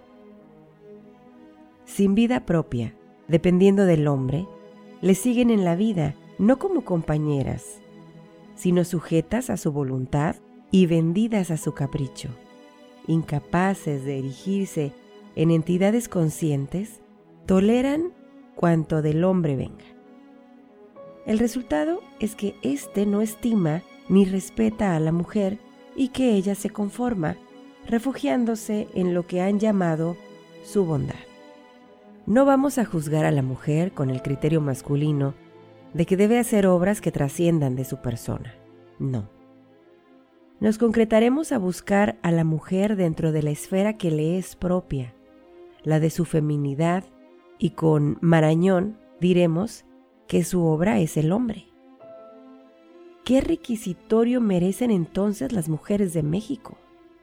Sin vida propia, dependiendo del hombre, le siguen en la vida no como compañeras, sino sujetas a su voluntad y vendidas a su capricho, incapaces de erigirse en entidades conscientes, toleran cuanto del hombre venga. El resultado es que éste no estima ni respeta a la mujer y que ella se conforma, refugiándose en lo que han llamado su bondad. No vamos a juzgar a la mujer con el criterio masculino de que debe hacer obras que trasciendan de su persona. No. Nos concretaremos a buscar a la mujer dentro de la esfera que le es propia, la de su feminidad y con Marañón diremos que su obra es el hombre. ¿Qué requisitorio merecen entonces las mujeres de México?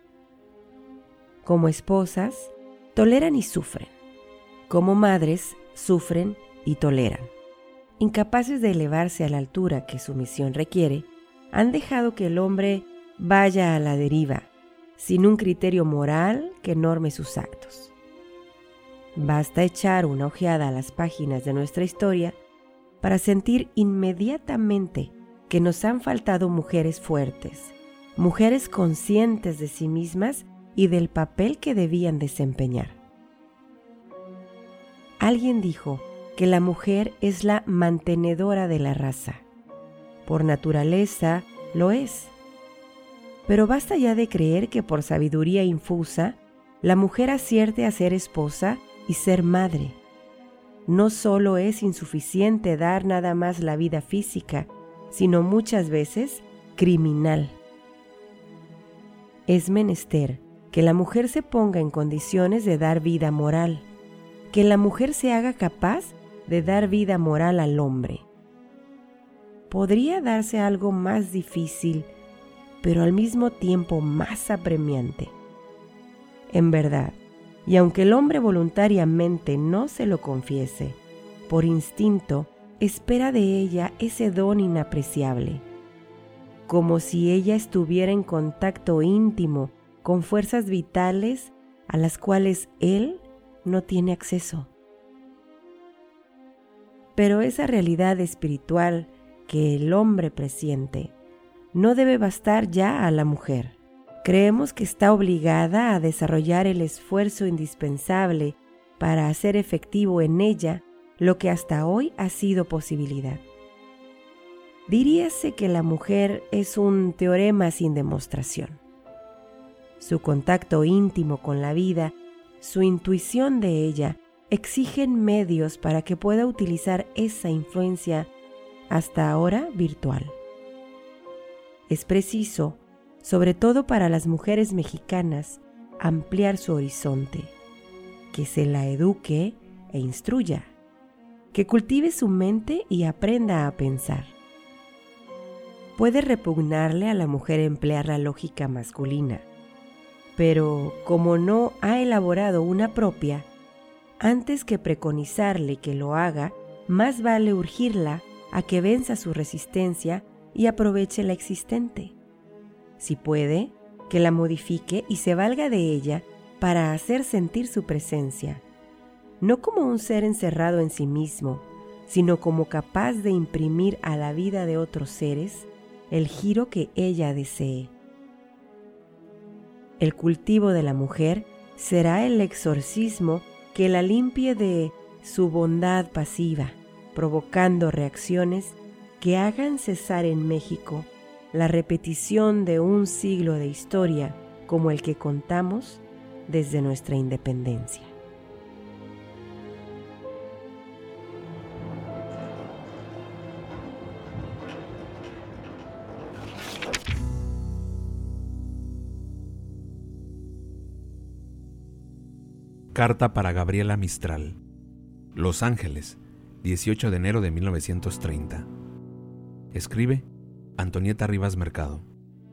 Como esposas, toleran y sufren. Como madres, sufren y toleran. Incapaces de elevarse a la altura que su misión requiere, han dejado que el hombre vaya a la deriva, sin un criterio moral que norme sus actos. Basta echar una ojeada a las páginas de nuestra historia para sentir inmediatamente que nos han faltado mujeres fuertes, mujeres conscientes de sí mismas y del papel que debían desempeñar. Alguien dijo que la mujer es la mantenedora de la raza. Por naturaleza lo es. Pero basta ya de creer que por sabiduría infusa, la mujer acierte a ser esposa y ser madre. No solo es insuficiente dar nada más la vida física, sino muchas veces criminal. Es menester que la mujer se ponga en condiciones de dar vida moral, que la mujer se haga capaz de dar vida moral al hombre. Podría darse algo más difícil, pero al mismo tiempo más apremiante. En verdad, y aunque el hombre voluntariamente no se lo confiese, por instinto espera de ella ese don inapreciable, como si ella estuviera en contacto íntimo con fuerzas vitales a las cuales él no tiene acceso. Pero esa realidad espiritual que el hombre presiente no debe bastar ya a la mujer. Creemos que está obligada a desarrollar el esfuerzo indispensable para hacer efectivo en ella lo que hasta hoy ha sido posibilidad. Diríase que la mujer es un teorema sin demostración. Su contacto íntimo con la vida, su intuición de ella, exigen medios para que pueda utilizar esa influencia hasta ahora virtual. Es preciso, sobre todo para las mujeres mexicanas, ampliar su horizonte, que se la eduque e instruya, que cultive su mente y aprenda a pensar. Puede repugnarle a la mujer emplear la lógica masculina, pero como no ha elaborado una propia, antes que preconizarle que lo haga, más vale urgirla a que venza su resistencia y aproveche la existente. Si puede, que la modifique y se valga de ella para hacer sentir su presencia, no como un ser encerrado en sí mismo, sino como capaz de imprimir a la vida de otros seres el giro que ella desee. El cultivo de la mujer será el exorcismo que la limpie de su bondad pasiva, provocando reacciones que hagan cesar en México la repetición de un siglo de historia como el que contamos desde nuestra independencia. Carta para Gabriela Mistral. Los Ángeles, dieciocho de enero de mil novecientos treinta. Escribe Antonieta Rivas Mercado.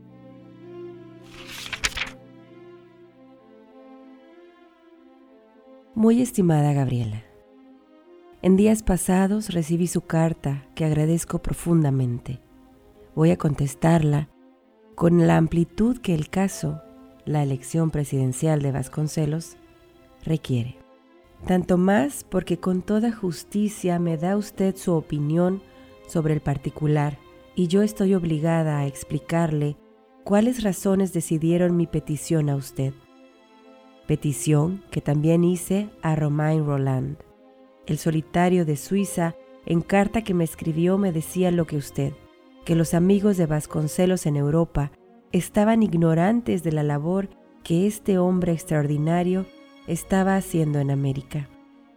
Muy estimada Gabriela, en días pasados recibí su carta que agradezco profundamente. Voy a contestarla con la amplitud que el caso, la elección presidencial de Vasconcelos, requiere. Tanto más porque con toda justicia me da usted su opinión sobre el particular y yo estoy obligada a explicarle cuáles razones decidieron mi petición a usted. Petición que también hice a Romain Rolland. El solitario de Suiza, en carta que me escribió, me decía lo que usted, que los amigos de Vasconcelos en Europa estaban ignorantes de la labor que este hombre extraordinario estaba haciendo en América.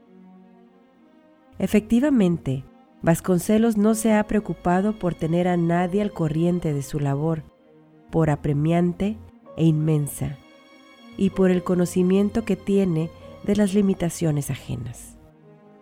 Efectivamente, Vasconcelos no se ha preocupado por tener a nadie al corriente de su labor, por apremiante e inmensa, y por el conocimiento que tiene de las limitaciones ajenas.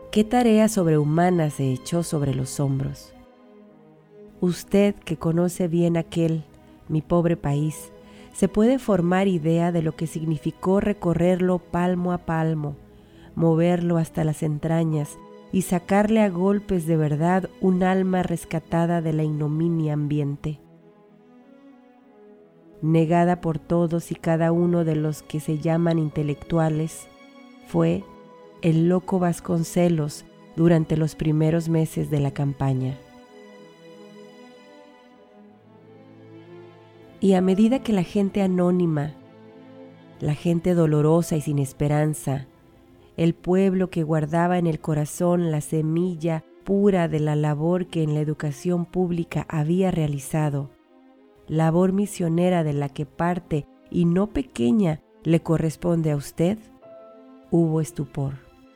¿Qué tarea sobrehumana se echó sobre los hombros? Usted, que conoce bien aquel, mi pobre país, se puede formar idea de lo que significó recorrerlo palmo a palmo, moverlo hasta las entrañas y sacarle a golpes de verdad un alma rescatada de la ignominia ambiente. Negada por todos y cada uno de los que se llaman intelectuales, fue el loco Vasconcelos durante los primeros meses de la campaña. Y a medida que la gente anónima, la gente dolorosa y sin esperanza, el pueblo que guardaba en el corazón la semilla pura de la labor que en la educación pública había realizado, labor misionera de la que parte y no pequeña le corresponde a usted, hubo estupor.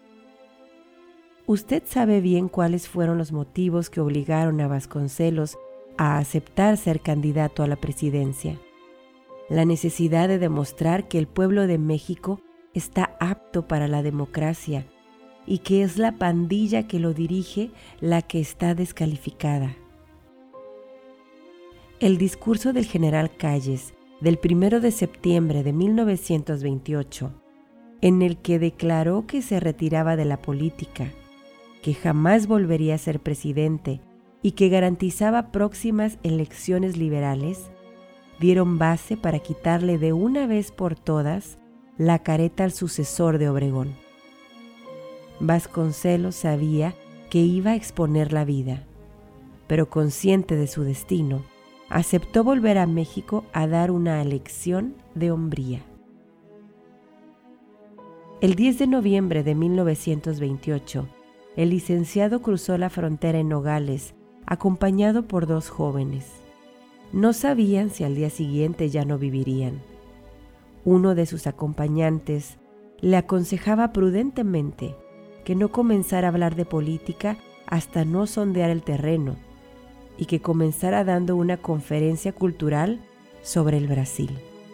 Usted sabe bien cuáles fueron los motivos que obligaron a Vasconcelos a aceptar ser candidato a la presidencia. La necesidad de demostrar que el pueblo de México está apto para la democracia y que es la pandilla que lo dirige la que está descalificada. El discurso del general Calles del primero de septiembre de mil novecientos veintiocho, en el que declaró que se retiraba de la política, que jamás volvería a ser presidente y que garantizaba próximas elecciones liberales, dieron base para quitarle de una vez por todas la careta al sucesor de Obregón. Vasconcelos sabía que iba a exponer la vida, pero consciente de su destino, aceptó volver a México a dar una lección de hombría. El diez de noviembre de mil novecientos veintiocho, el licenciado cruzó la frontera en Nogales, acompañado por dos jóvenes. No sabían si al día siguiente ya no vivirían. Uno de sus acompañantes le aconsejaba prudentemente que no comenzara a hablar de política hasta no sondear el terreno y que comenzara dando una conferencia cultural sobre el Brasil.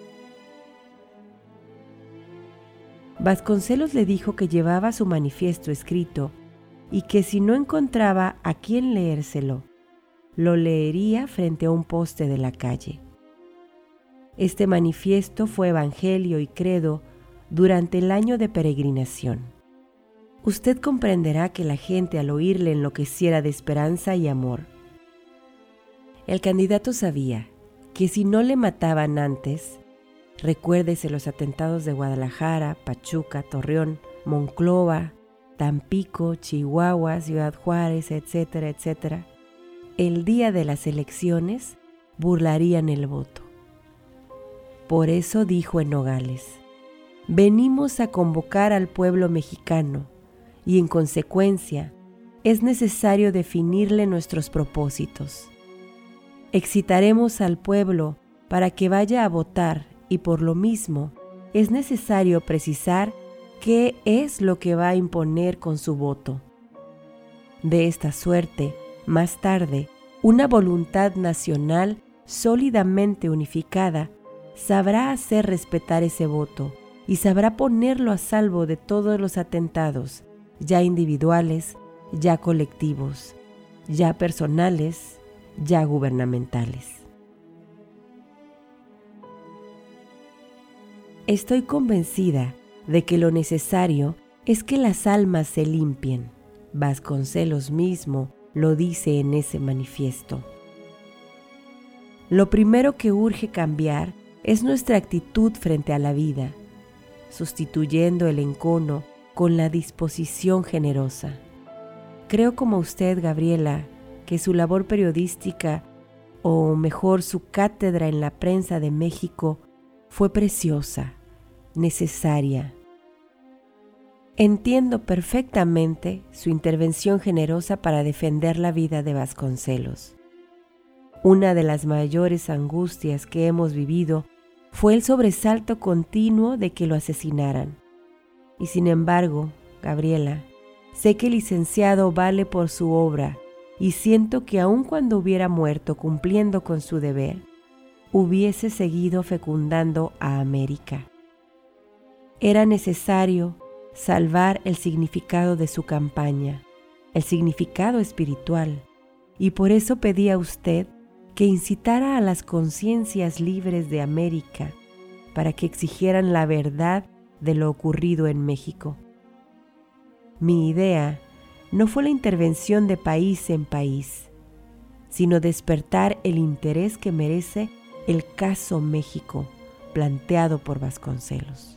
Vasconcelos le dijo que llevaba su manifiesto escrito y que si no encontraba a quién leérselo, lo leería frente a un poste de la calle. Este manifiesto fue evangelio y credo durante el año de peregrinación. Usted comprenderá que la gente al oírle enloqueciera de esperanza y amor. El candidato sabía que si no le mataban antes, recuérdese los atentados de Guadalajara, Pachuca, Torreón, Monclova, Tampico, Chihuahua, Ciudad Juárez, etcétera, etcétera, el día de las elecciones burlarían el voto. Por eso dijo en Nogales: venimos a convocar al pueblo mexicano y en consecuencia es necesario definirle nuestros propósitos. Excitaremos al pueblo para que vaya a votar y por lo mismo es necesario precisar qué es lo que va a imponer con su voto. De esta suerte, más tarde, una voluntad nacional sólidamente unificada sabrá hacer respetar ese voto y sabrá ponerlo a salvo de todos los atentados, ya individuales, ya colectivos, ya personales, ya gubernamentales. Estoy convencida de que lo necesario es que las almas se limpien. Vasconcelos mismo lo dice en ese manifiesto. Lo primero que urge cambiar es nuestra actitud frente a la vida, sustituyendo el encono con la disposición generosa. Creo como usted, Gabriela, que su labor periodística, o mejor su cátedra en la prensa de México, fue preciosa, necesaria. Entiendo perfectamente su intervención generosa para defender la vida de Vasconcelos. Una de las mayores angustias que hemos vivido fue el sobresalto continuo de que lo asesinaran. Y sin embargo, Gabriela, sé que el licenciado vale por su obra y siento que aun cuando hubiera muerto cumpliendo con su deber, hubiese seguido fecundando a América. Era necesario salvar el significado de su campaña, el significado espiritual, y por eso pedí a usted que incitara a las conciencias libres de América para que exigieran la verdad de lo ocurrido en México. Mi idea no fue la intervención de país en país, sino despertar el interés que merece el caso México planteado por Vasconcelos.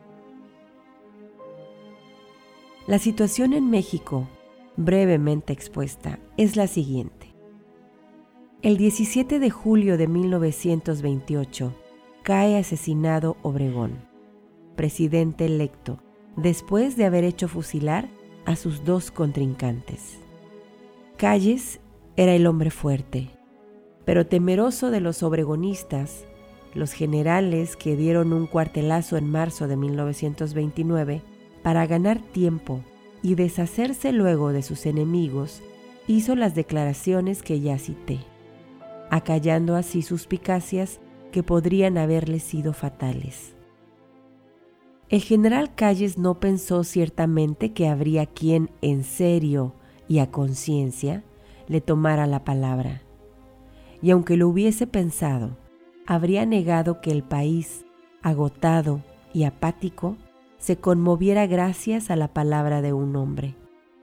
La situación en México, brevemente expuesta, es la siguiente. El diecisiete de julio de mil novecientos veintiocho cae asesinado Obregón, presidente electo, después de haber hecho fusilar a sus dos contrincantes. Calles era el hombre fuerte, pero temeroso de los obregonistas, los generales que dieron un cuartelazo en marzo de mil novecientos veintinueve, para ganar tiempo y deshacerse luego de sus enemigos, hizo las declaraciones que ya cité, acallando así suspicacias que podrían haberle sido fatales. El general Calles no pensó ciertamente que habría quien en serio y a conciencia le tomara la palabra, y aunque lo hubiese pensado, habría negado que el país, agotado y apático, se conmoviera gracias a la palabra de un hombre.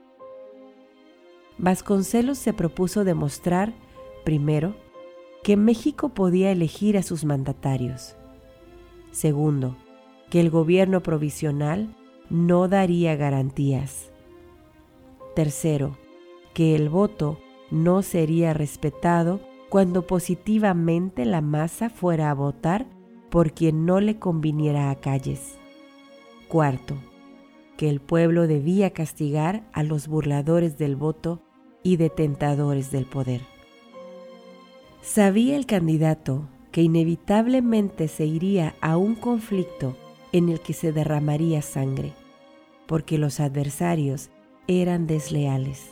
Vasconcelos se propuso demostrar, primero, que México podía elegir a sus mandatarios. Segundo, que el gobierno provisional no daría garantías. Tercero, que el voto no sería respetado cuando positivamente la masa fuera a votar por quien no le conviniera a Calles. Cuarto, que el pueblo debía castigar a los burladores del voto y detentadores del poder. Sabía el candidato que inevitablemente se iría a un conflicto en el que se derramaría sangre, porque los adversarios eran desleales.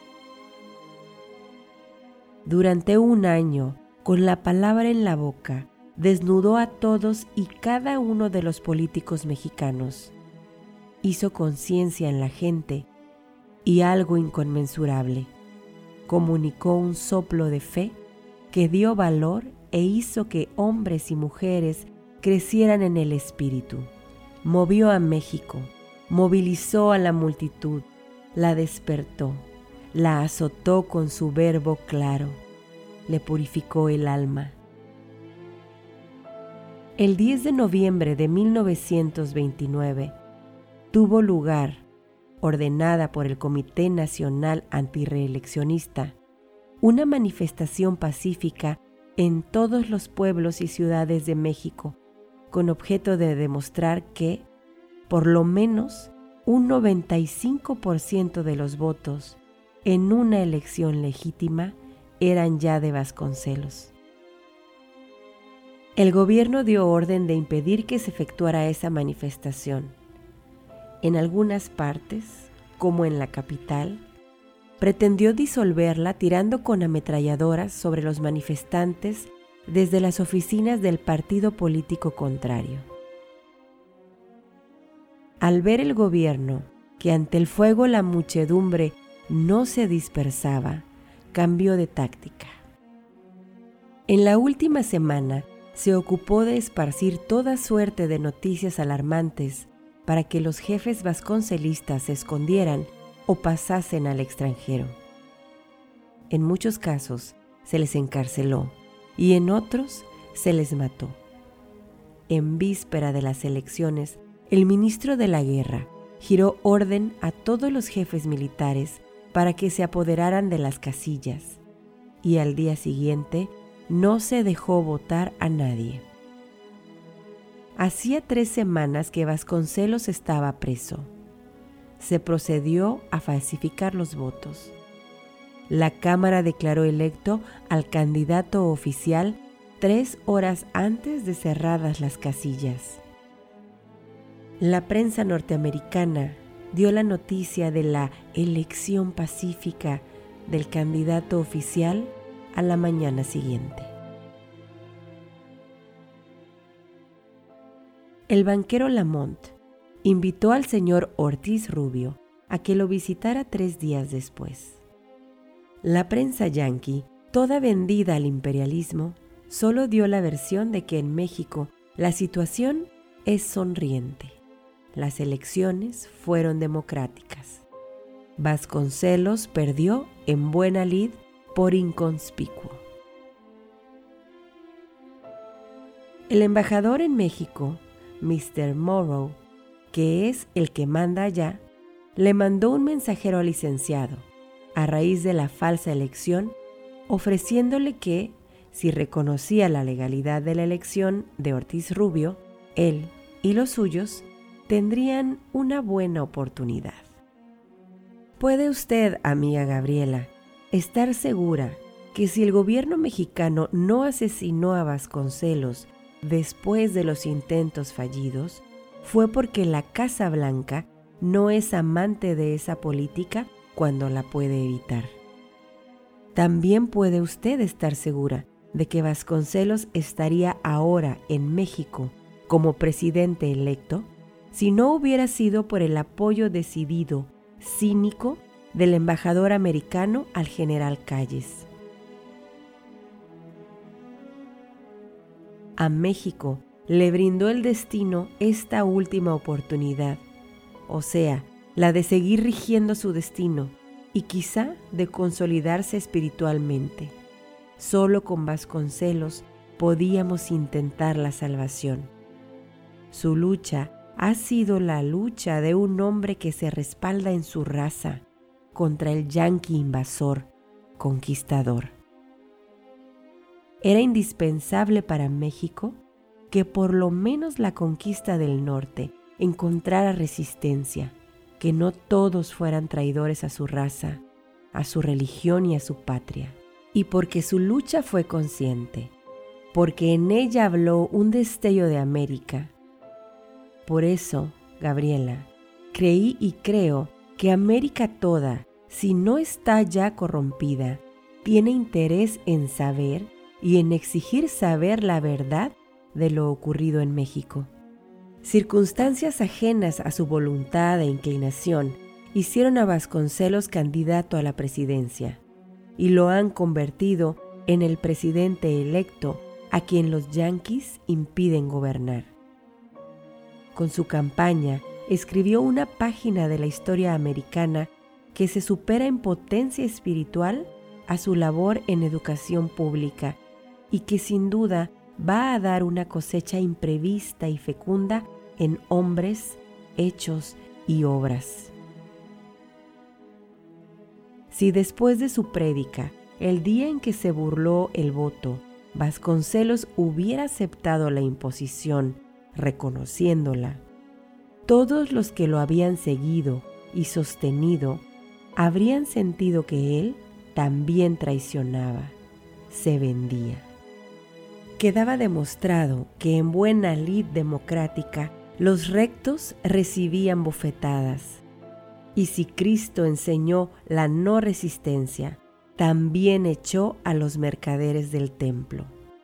Durante un año, con la palabra en la boca, desnudó a todos y cada uno de los políticos mexicanos. Hizo conciencia en la gente y algo inconmensurable. Comunicó un soplo de fe que dio valor e hizo que hombres y mujeres crecieran en el espíritu. Movió a México, movilizó a la multitud, la despertó, la azotó con su verbo claro, le purificó el alma. El diez de noviembre de mil novecientos veintinueve tuvo lugar, ordenada por el Comité Nacional Antirreeleccionista, una manifestación pacífica en todos los pueblos y ciudades de México, con objeto de demostrar que, por lo menos, un noventa y cinco por ciento de los votos en una elección legítima eran ya de Vasconcelos. El gobierno dio orden de impedir que se efectuara esa manifestación. En algunas partes, como en la capital, pretendió disolverla tirando con ametralladoras sobre los manifestantes desde las oficinas del partido político contrario. Al ver el gobierno que ante el fuego la muchedumbre no se dispersaba, cambió de táctica. En la última semana se ocupó de esparcir toda suerte de noticias alarmantes para que los jefes vasconcelistas se escondieran o pasasen al extranjero. En muchos casos se les encarceló y en otros se les mató. En víspera de las elecciones, el ministro de la Guerra giró orden a todos los jefes militares para que se apoderaran de las casillas, y al día siguiente no se dejó votar a nadie. Hacía tres semanas que Vasconcelos estaba preso. Se procedió a falsificar los votos. La Cámara declaró electo al candidato oficial tres horas antes de cerradas las casillas. La prensa norteamericana dio la noticia de la elección pacífica del candidato oficial a la mañana siguiente. El banquero Lamont, invitó al señor Ortiz Rubio a que lo visitara tres días después. La prensa yanqui, toda vendida al imperialismo, solo dio la versión de que en México la situación es sonriente. Las elecciones fueron democráticas. Vasconcelos perdió en buena lid por inconspicuo. El embajador en México, mister Morrow, que es el que manda allá, le mandó un mensajero al licenciado, a raíz de la falsa elección, ofreciéndole que, si reconocía la legalidad de la elección de Ortiz Rubio, él y los suyos tendrían una buena oportunidad. Puede usted, amiga Gabriela, estar segura que si el gobierno mexicano no asesinó a Vasconcelos después de los intentos fallidos, fue porque la Casa Blanca no es amante de esa política cuando la puede evitar. También puede usted estar segura de que Vasconcelos estaría ahora en México como presidente electo si no hubiera sido por el apoyo decidido, cínico, del embajador americano al general Calles. A México le brindó el destino esta última oportunidad, o sea, la de seguir rigiendo su destino y quizá de consolidarse espiritualmente. Solo con Vasconcelos podíamos intentar la salvación. Su lucha ha sido la lucha de un hombre que se respalda en su raza contra el yanqui invasor, conquistador. Era indispensable para México que por lo menos la conquista del norte encontrara resistencia, que no todos fueran traidores a su raza, a su religión y a su patria. Y porque su lucha fue consciente, porque en ella habló un destello de América. Por eso, Gabriela, creí y creo que América toda, si no está ya corrompida, tiene interés en saber y en exigir saber la verdad de lo ocurrido en México. Circunstancias ajenas a su voluntad e inclinación hicieron a Vasconcelos candidato a la presidencia y lo han convertido en el presidente electo a quien los yanquis impiden gobernar. Con su campaña escribió una página de la historia americana que se supera en potencia espiritual a su labor en educación pública y que sin duda va a dar una cosecha imprevista y fecunda en hombres, hechos y obras. Si después de su prédica, el día en que se burló el voto, Vasconcelos hubiera aceptado la imposición, reconociéndola, todos los que lo habían seguido y sostenido habrían sentido que él también traicionaba, se vendía. Quedaba demostrado que en buena lid democrática los rectos recibían bofetadas. Y si Cristo enseñó la no resistencia, también echó a los mercaderes del templo.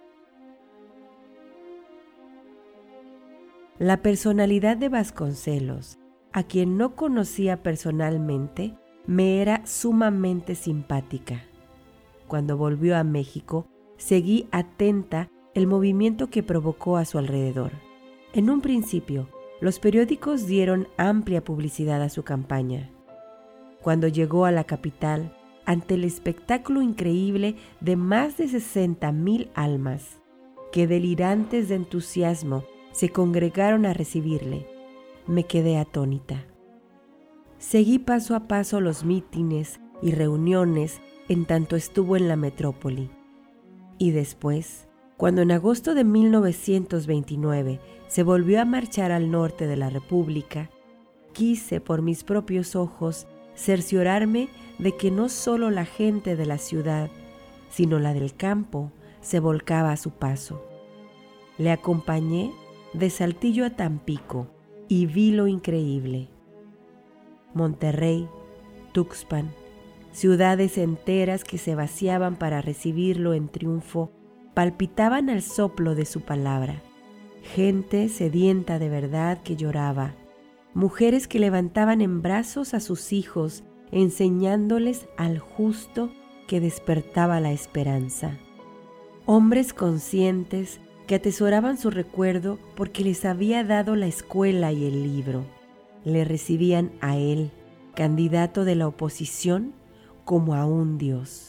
La personalidad de Vasconcelos, a quien no conocía personalmente, me era sumamente simpática. Cuando volvió a México, seguí atenta el movimiento que provocó a su alrededor. En un principio, los periódicos dieron amplia publicidad a su campaña. Cuando llegó a la capital, ante el espectáculo increíble de más de sesenta mil almas, que delirantes de entusiasmo se congregaron a recibirle, me quedé atónita. Seguí paso a paso los mítines y reuniones en tanto estuvo en la metrópoli. Y después, cuando en agosto de mil novecientos veintinueve se volvió a marchar al norte de la República, quise por mis propios ojos cerciorarme de que no solo la gente de la ciudad, sino la del campo, se volcaba a su paso. Le acompañé de Saltillo a Tampico y vi lo increíble. Monterrey, Tuxpan, ciudades enteras que se vaciaban para recibirlo en triunfo, palpitaban al soplo de su palabra. Gente sedienta de verdad que lloraba, mujeres que levantaban en brazos a sus hijos, enseñándoles al justo que despertaba la esperanza. Hombres conscientes que atesoraban su recuerdo porque les había dado la escuela y el libro. Le recibían a él, candidato de la oposición, como a un dios.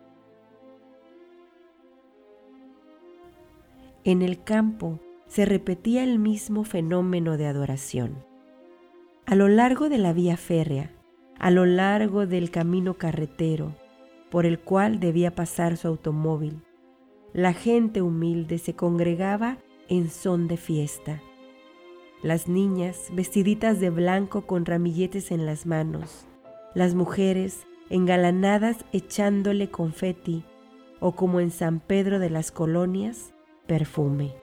En el campo se repetía el mismo fenómeno de adoración. A lo largo de la vía férrea, a lo largo del camino carretero, por el cual debía pasar su automóvil, la gente humilde se congregaba en son de fiesta. Las niñas, vestiditas de blanco con ramilletes en las manos, las mujeres, engalanadas echándole confeti, o como en San Pedro de las Colonias, perfume.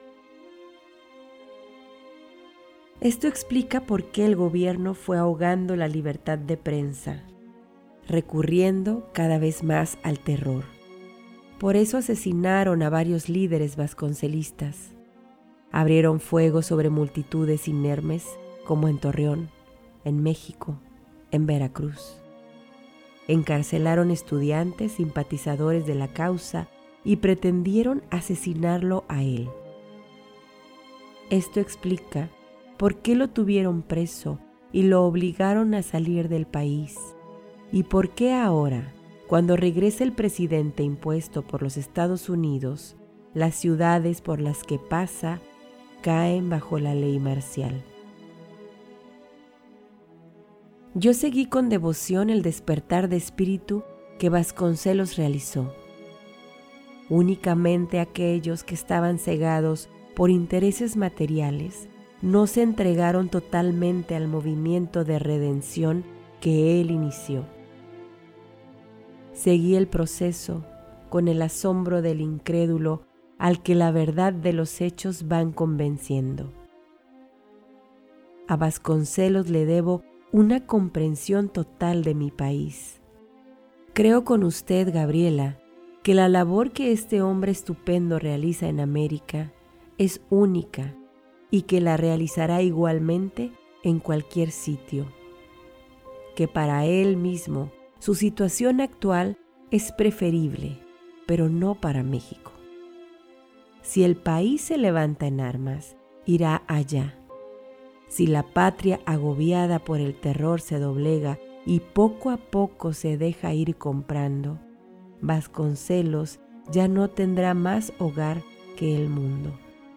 Esto explica por qué el gobierno fue ahogando la libertad de prensa, recurriendo cada vez más al terror. Por eso asesinaron a varios líderes vasconcelistas. Abrieron fuego sobre multitudes inermes, como en Torreón, en México, en Veracruz. Encarcelaron estudiantes simpatizadores de la causa y pretendieron asesinarlo a él. Esto explica por qué lo tuvieron preso y lo obligaron a salir del país, y por qué ahora, cuando regresa el presidente impuesto por los Estados Unidos, las ciudades por las que pasa caen bajo la ley marcial. Yo seguí con devoción el despertar de espíritu que Vasconcelos realizó. Únicamente aquellos que estaban cegados por intereses materiales no se entregaron totalmente al movimiento de redención que él inició. Seguí el proceso con el asombro del incrédulo al que la verdad de los hechos van convenciendo. A Vasconcelos le debo una comprensión total de mi país. Creo con usted, Gabriela, que la labor que este hombre estupendo realiza en América es única y que la realizará igualmente en cualquier sitio. Que para él mismo su situación actual es preferible, pero no para México. Si el país se levanta en armas, irá allá. Si la patria agobiada por el terror se doblega y poco a poco se deja ir comprando, Vasconcelos ya no tendrá más hogar que el mundo.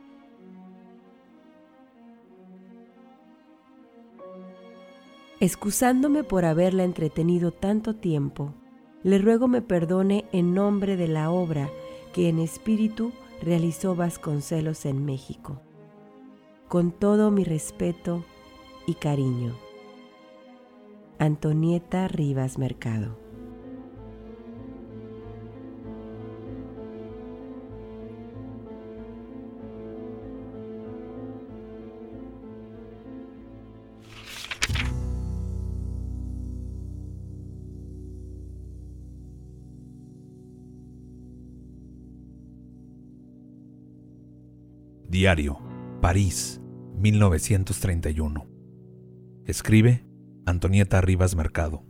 Excusándome por haberla entretenido tanto tiempo, le ruego me perdone en nombre de la obra que en espíritu realizó Vasconcelos en México. Con todo mi respeto y cariño. Antonieta Rivas Mercado. Diario, París, mil novecientos treinta y uno. Escribe Antonieta Rivas Mercado.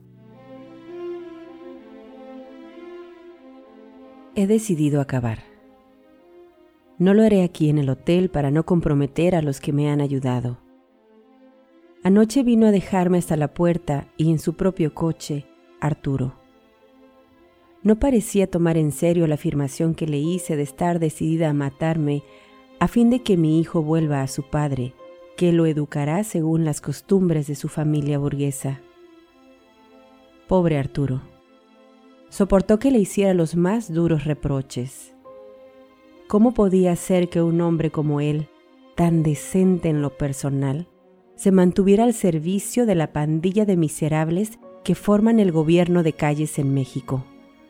He decidido acabar. No lo haré aquí en el hotel para no comprometer a los que me han ayudado. Anoche vino a dejarme hasta la puerta y en su propio coche, Arturo. No parecía tomar en serio la afirmación que le hice de estar decidida a matarme a fin de que mi hijo vuelva a su padre, que lo educará según las costumbres de su familia burguesa. Pobre Arturo. Soportó que le hiciera los más duros reproches. ¿Cómo podía ser que un hombre como él, tan decente en lo personal, se mantuviera al servicio de la pandilla de miserables que forman el gobierno de calles en México?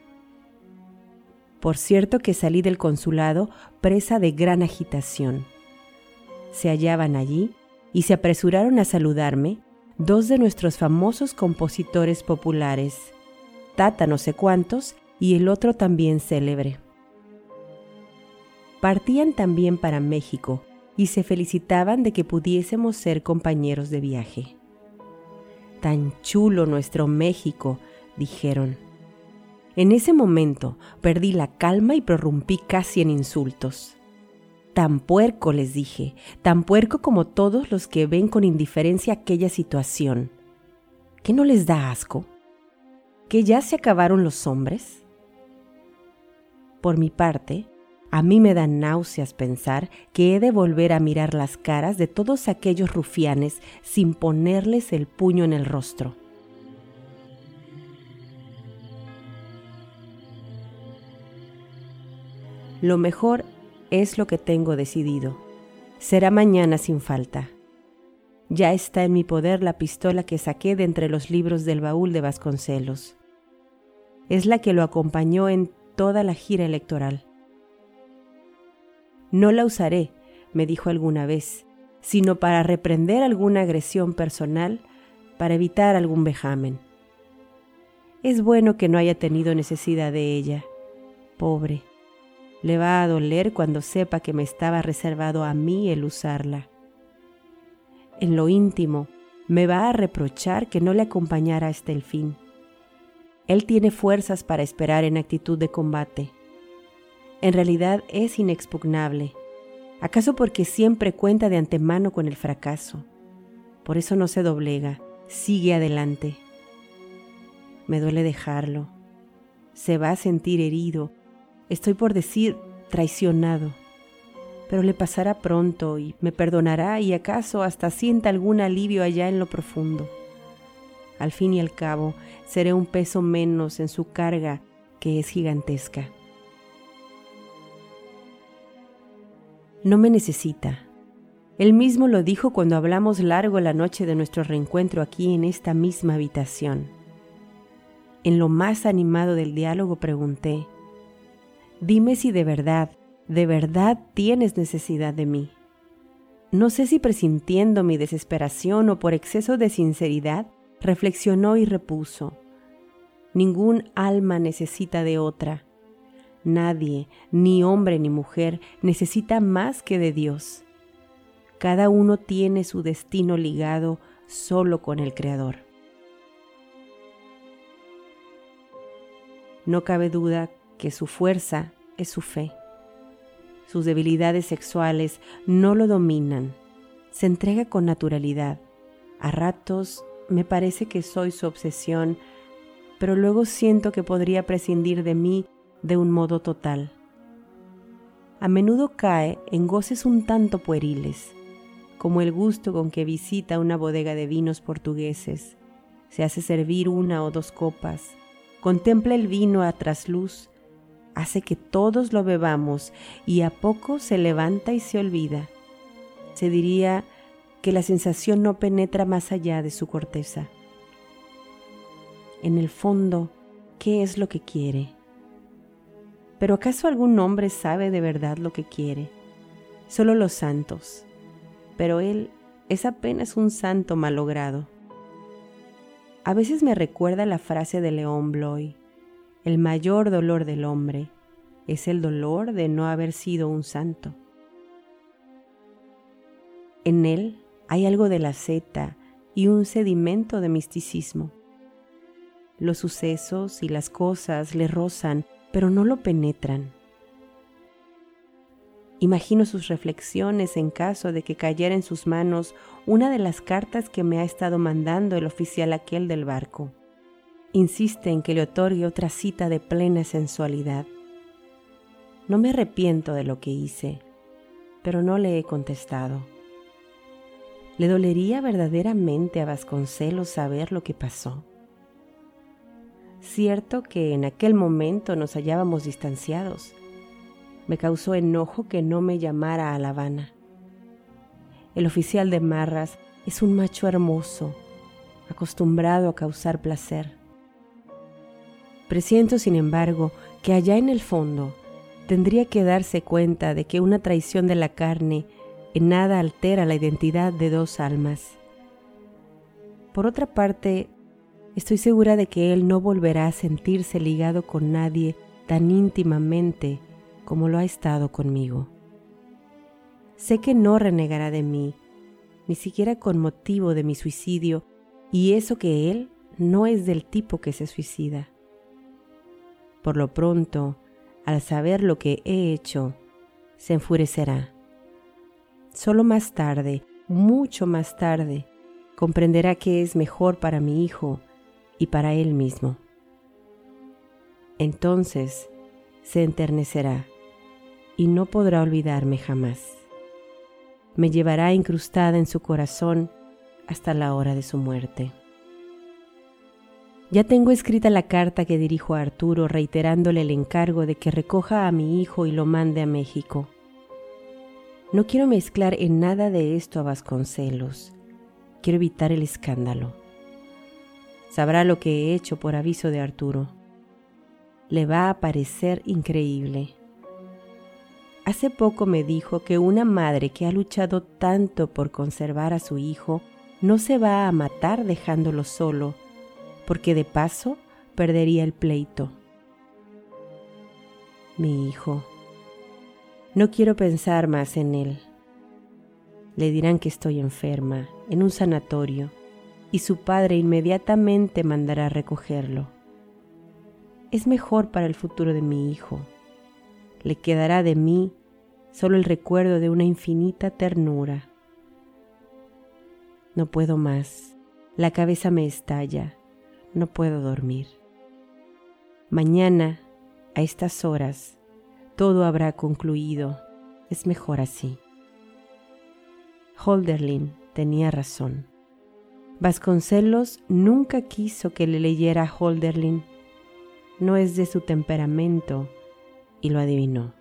Por cierto que salí del consulado presa de gran agitación. Se hallaban allí y se apresuraron a saludarme dos de nuestros famosos compositores populares, Tata no sé cuántos y el otro también célebre. Partían también para México y se felicitaban de que pudiésemos ser compañeros de viaje. Tan chulo nuestro México, dijeron. En ese momento perdí la calma y prorrumpí casi en insultos. Tan puerco, les dije, tan puerco como todos los que ven con indiferencia aquella situación. ¿Qué no les da asco? ¿Que ya se acabaron los hombres? Por mi parte, a mí me da náuseas pensar que he de volver a mirar las caras de todos aquellos rufianes sin ponerles el puño en el rostro. Lo mejor es lo que tengo decidido. Será mañana sin falta. Ya está en mi poder la pistola que saqué de entre los libros del baúl de Vasconcelos. Es la que lo acompañó en toda la gira electoral. No la usaré, me dijo alguna vez, sino para reprender alguna agresión personal, para evitar algún vejamen. Es bueno que no haya tenido necesidad de ella. Pobre. Le va a doler cuando sepa que me estaba reservado a mí el usarla. En lo íntimo, me va a reprochar que no le acompañara hasta el fin. Él tiene fuerzas para esperar en actitud de combate. En realidad es inexpugnable. ¿Acaso porque siempre cuenta de antemano con el fracaso? Por eso no se doblega, sigue adelante. Me duele dejarlo. Se va a sentir herido. Estoy por decir traicionado, pero le pasará pronto y me perdonará y acaso hasta sienta algún alivio allá en lo profundo. Al fin y al cabo, seré un peso menos en su carga que es gigantesca. No me necesita. Él mismo lo dijo cuando hablamos largo la noche de nuestro reencuentro aquí en esta misma habitación. En lo más animado del diálogo pregunté: dime si de verdad, de verdad tienes necesidad de mí. No sé si presintiendo mi desesperación o por exceso de sinceridad, reflexionó y repuso: ningún alma necesita de otra. Nadie, ni hombre ni mujer, necesita más que de Dios. Cada uno tiene su destino ligado solo con el Creador. No cabe duda que su fuerza es su fe. Sus debilidades sexuales no lo dominan. Se entrega con naturalidad. A ratos me parece que soy su obsesión, pero luego siento que podría prescindir de mí de un modo total. A menudo cae en goces un tanto pueriles, como el gusto con que visita una bodega de vinos portugueses, se hace servir una o dos copas, contempla el vino a trasluz, hace que todos lo bebamos y a poco se levanta y se olvida. Se diría que la sensación no penetra más allá de su corteza. En el fondo, ¿qué es lo que quiere? ¿Pero acaso algún hombre sabe de verdad lo que quiere? Solo los santos. Pero él es apenas un santo malogrado. A veces me recuerda la frase de León Bloy: el mayor dolor del hombre es el dolor de no haber sido un santo. En él hay algo de la asceta y un sedimento de misticismo. Los sucesos y las cosas le rozan, pero no lo penetran. Imagino sus reflexiones en caso de que cayera en sus manos una de las cartas que me ha estado mandando el oficial aquel del barco. Insiste en que le otorgue otra cita de plena sensualidad. No me arrepiento de lo que hice, pero no le he contestado. ¿Le dolería verdaderamente a Vasconcelos saber lo que pasó? Cierto que en aquel momento nos hallábamos distanciados. Me causó enojo que no me llamara a La Habana. El oficial de Marras es un macho hermoso, acostumbrado a causar placer. Presiento, sin embargo, que allá en el fondo tendría que darse cuenta de que una traición de la carne en nada altera la identidad de dos almas. Por otra parte, estoy segura de que él no volverá a sentirse ligado con nadie tan íntimamente como lo ha estado conmigo. Sé que no renegará de mí, ni siquiera con motivo de mi suicidio, y eso que él no es del tipo que se suicida. Por lo pronto, al saber lo que he hecho, se enfurecerá. Solo más tarde, mucho más tarde, comprenderá que es mejor para mi hijo y para él mismo. Entonces se enternecerá y no podrá olvidarme jamás. Me llevará incrustada en su corazón hasta la hora de su muerte. Ya tengo escrita la carta que dirijo a Arturo reiterándole el encargo de que recoja a mi hijo y lo mande a México. No quiero mezclar en nada de esto a Vasconcelos. Quiero evitar el escándalo. Sabrá lo que he hecho por aviso de Arturo. Le va a parecer increíble. Hace poco me dijo que una madre que ha luchado tanto por conservar a su hijo no se va a matar dejándolo solo, porque de paso perdería el pleito. Mi hijo. No quiero pensar más en él. Le dirán que estoy enferma, en un sanatorio, y su padre inmediatamente mandará a recogerlo. Es mejor para el futuro de mi hijo. Le quedará de mí solo el recuerdo de una infinita ternura. No puedo más. La cabeza me estalla. No puedo dormir. Mañana, a estas horas, todo habrá concluido. Es mejor así. Hölderlin tenía razón. Vasconcelos nunca quiso que le leyera a Hölderlin. No es de su temperamento, y lo adivinó.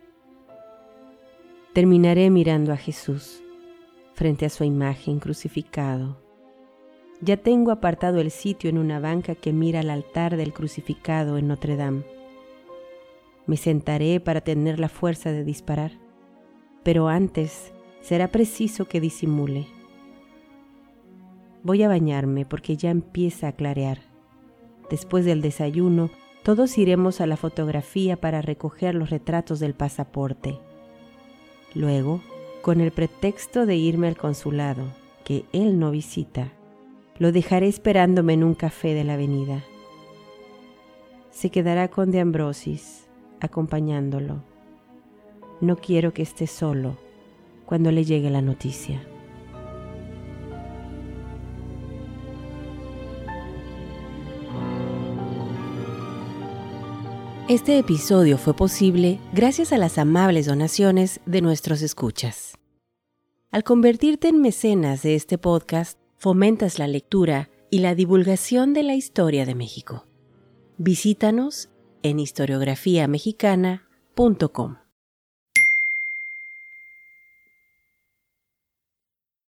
Terminaré mirando a Jesús, frente a su imagen crucificado. Ya tengo apartado el sitio en una banca que mira al altar del crucificado en Notre Dame. Me sentaré para tener la fuerza de disparar, pero antes será preciso que disimule. Voy a bañarme porque ya empieza a clarear. Después del desayuno, todos iremos a la fotografía para recoger los retratos del pasaporte. Luego, con el pretexto de irme al consulado, que él no visita, lo dejaré esperándome en un café de la avenida. Se quedará con De Ambrosis, acompañándolo. No quiero que esté solo cuando le llegue la noticia. Este episodio fue posible gracias a las amables donaciones de nuestros escuchas. Al convertirte en mecenas de este podcast, fomentas la lectura y la divulgación de la historia de México. Visítanos en historiografía mexicana punto com.